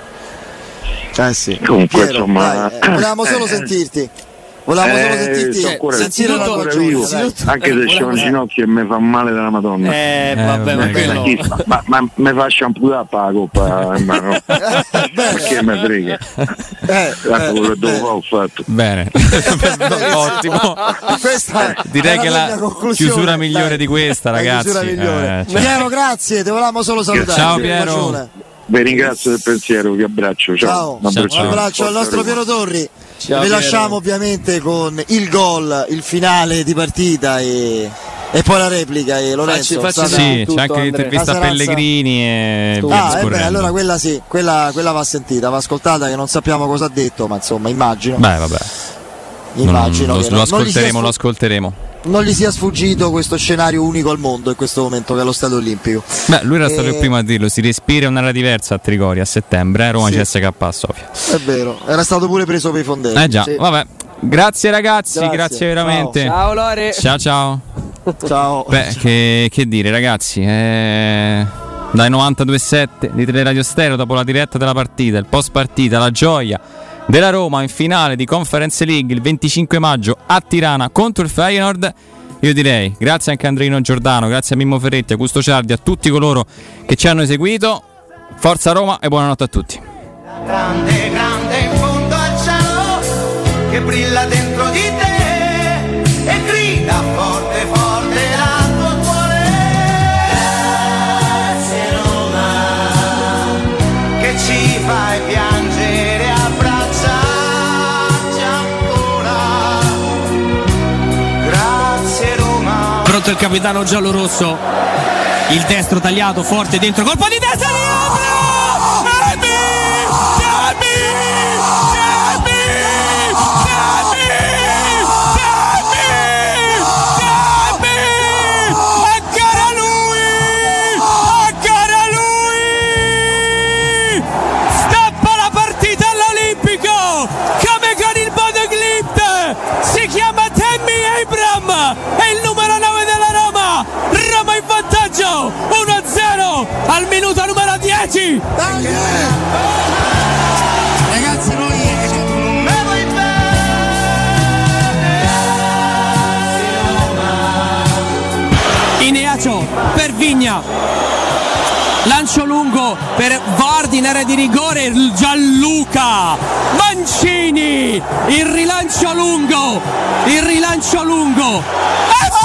[SPEAKER 2] Eh sì.
[SPEAKER 5] Comunque
[SPEAKER 2] Piero,
[SPEAKER 5] insomma
[SPEAKER 2] dai, eh, volevamo solo
[SPEAKER 5] eh,
[SPEAKER 2] sentirti. Volevamo
[SPEAKER 5] eh,
[SPEAKER 2] solo sentirti
[SPEAKER 5] cioè, ancora,
[SPEAKER 2] sentire la tua
[SPEAKER 5] vivo, anche se c'è un ginocchio e mi fa male della Madonna.
[SPEAKER 1] Eh, eh vabbè, ma,
[SPEAKER 5] quello... ma, ma mi fa shampoo per la coppa, ma no. Perché mi frega. Eh, quello che dopo ho fatto.
[SPEAKER 3] Bene. Ottimo.
[SPEAKER 2] Questa
[SPEAKER 3] direi che la chiusura migliore dai, di questa, ragazzi.
[SPEAKER 2] Eh, cioè. Piero, grazie, ti volevamo solo salutare.
[SPEAKER 3] Ciao Piero.
[SPEAKER 5] Vi ringrazio del pensiero, vi abbraccio. Ciao.
[SPEAKER 2] Ciao. Ciao. Un abbraccio al nostro Piero Torri. Ciao, vi lasciamo ovviamente con il gol, il finale di partita e, e poi la replica. E Lorenzo,
[SPEAKER 3] facci, facci sì, tutto, c'è anche l'intervista a Pellegrini e
[SPEAKER 2] ah, eh beh, allora quella sì, quella, quella va sentita, va ascoltata, che non sappiamo cosa ha detto, ma insomma immagino.
[SPEAKER 3] Beh, vabbè.
[SPEAKER 2] Immagino
[SPEAKER 3] non,
[SPEAKER 2] che
[SPEAKER 3] lo, lo ascolteremo,
[SPEAKER 2] sfug-
[SPEAKER 3] lo ascolteremo.
[SPEAKER 2] Non gli sia sfuggito questo scenario unico al mondo in questo momento che è lo Stadio Olimpico.
[SPEAKER 3] Beh, lui era e... stato il
[SPEAKER 2] Eh,
[SPEAKER 3] primo a dirlo, si respira un'area diversa a Trigoria a settembre, eh, Roma
[SPEAKER 2] sì.
[SPEAKER 3] C S K a Sofia.
[SPEAKER 2] È vero, era stato pure preso per i fondelli.
[SPEAKER 3] Eh già,
[SPEAKER 2] sì.
[SPEAKER 3] vabbè. Grazie ragazzi, grazie, grazie veramente.
[SPEAKER 1] Ciao, ciao Lore.
[SPEAKER 3] Ciao ciao.
[SPEAKER 2] Ciao.
[SPEAKER 3] Beh, che, che dire ragazzi, eh... dai novantadue sette di Teleradio Stereo, dopo la diretta della partita, il post partita, la gioia della Roma in finale di Conference League il venticinque maggio a Tirana contro il Feyenoord. Io direi grazie anche a Andreino Giordano, grazie a Mimmo Ferretti, a Augusto Ciardi, a tutti coloro che ci hanno eseguito. Forza Roma e buonanotte a tutti.
[SPEAKER 4] Grande, grande in fondo al cielo che brilla dentro di te e grida forte, forte la tua cuore. Grazie Roma che ci fai piangere, abbracciarci ancora. Grazie Roma.
[SPEAKER 1] Pronto il capitano giallorosso, il destro tagliato forte dentro, colpo di testa di uno a zero al minuto numero dieci.
[SPEAKER 2] Dai, ragazzi, noi
[SPEAKER 1] Ineacio per Vigna, lancio lungo per Vardi in area di rigore, Gianluca Mancini, il rilancio lungo, il rilancio lungo.